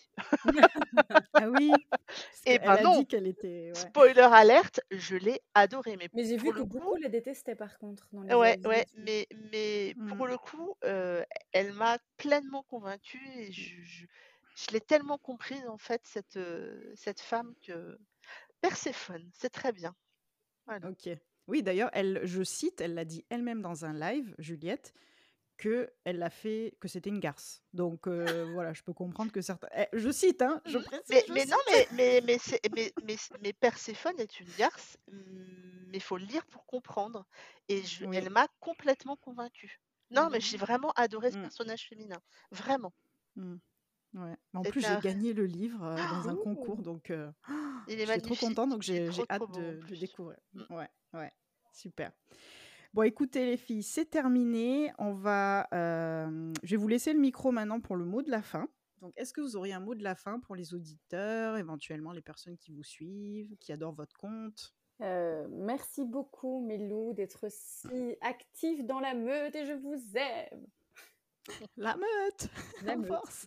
Ah oui, parce Eh qu'elle ben a non, dit qu'elle était... Ouais. spoiler alerte, je l'ai adoré. Mais Mais j'ai pour vu que le coup, beaucoup la détestaient par contre dans les ouais, avis ouais, dessus. mais, mais Mm. pour le coup, euh, elle m'a pleinement convaincue et je, je, je l'ai tellement comprise en fait, cette, euh, cette femme que. Perséphone, c'est très bien. Voilà. Ok. Oui, d'ailleurs, elle, je cite, elle l'a dit elle-même dans un live, Juliette, que elle l'a fait, que c'était une garce. Donc euh, voilà, je peux comprendre que certains. Eh, je cite, hein, je Mhm. précise, Mais, je mais non, cite. mais, mais, mais, c'est- mais, mais, mais Perséphone est une garce, mm, mais il faut le lire pour comprendre. Et je, Oui. elle m'a complètement convaincue. Non, mais Mhm. j'ai vraiment adoré ce Mm, personnage féminin. Vraiment. mm, ouais. En plus, C'était j'ai un- gagné le livre euh, dans un Ouh. concours, donc euh, Il est j'étais trop contente, magnifique. donc Il est j'ai j'ai trop, trop hâte beau en de, de plus. découvrir. Mm. Ouais, ouais, super. Bon, écoutez les filles, c'est terminé. On va, euh, je vais vous laisser le micro maintenant pour le mot de la fin. Donc, est-ce que vous auriez un mot de la fin pour les auditeurs, éventuellement les personnes qui vous suivent, qui adorent votre compte? Euh, merci beaucoup, Milou, d'être si actif dans la meute et je vous aime. La meute! La En meute. force!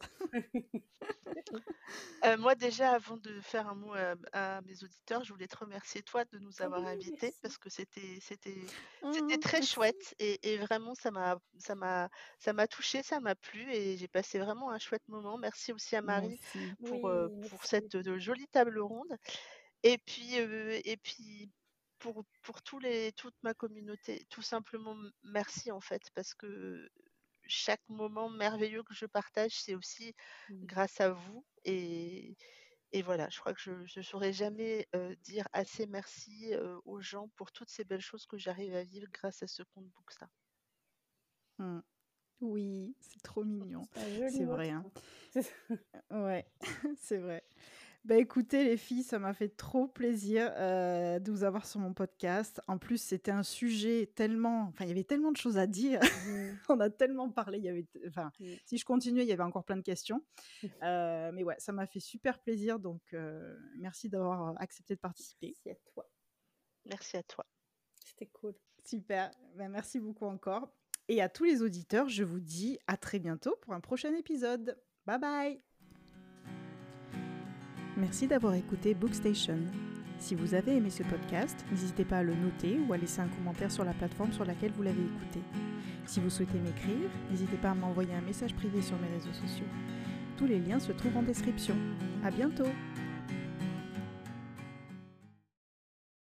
Heu, moi déjà avant de faire un mot à à mes auditeurs, je voulais te remercier toi de nous Ah avoir oui, invités merci. parce que c'était c'était c'était Mmh, très merci. chouette et et vraiment ça m'a ça m'a ça m'a touchée, ça m'a plu et j'ai passé vraiment un chouette moment. Merci aussi à Moi Marie aussi. pour, Oui, heu, pour merci. cette, heu, jolie table ronde et puis, heu et puis pour pour tous les toute ma communauté, tout simplement m merci en fait parce que chaque moment merveilleux que je partage, c'est aussi Mmh. grâce à vous et et voilà, je crois que je je saurais jamais, heu, dire assez merci, heu, aux gens pour toutes ces belles choses que j'arrive à vivre grâce à ce compte Booksta. Mmh. Oui, c'est trop mignon. C'est un joli C'est mot de vrai, hein. fin. Ouais, c'est vrai. Bah, écoutez les filles, ça m'a fait trop plaisir, heu, de vous avoir sur mon podcast. En plus, c'était un sujet tellement enfin, il y avait tellement de choses à dire. Mmh. On a tellement parlé, il y avait t enfin, Mmh. si je continuais, il y avait encore plein de questions. Heu, mais ouais, ça m'a fait super plaisir donc heu, merci d'avoir accepté de participer. Merci à toi. Merci à toi. C'était cool. Super, bah, merci beaucoup encore et à tous les auditeurs, je vous dis à très bientôt pour un prochain épisode. Bye bye. Merci d'avoir écouté Bookstation. Si vous avez aimé ce podcast, n'hésitez pas à le noter ou à laisser un commentaire sur la plateforme sur laquelle vous l'avez écouté. Si vous souhaitez m'écrire, n'hésitez pas à m'envoyer un message privé sur mes réseaux sociaux. Tous les liens se trouvent en description. À bientôt!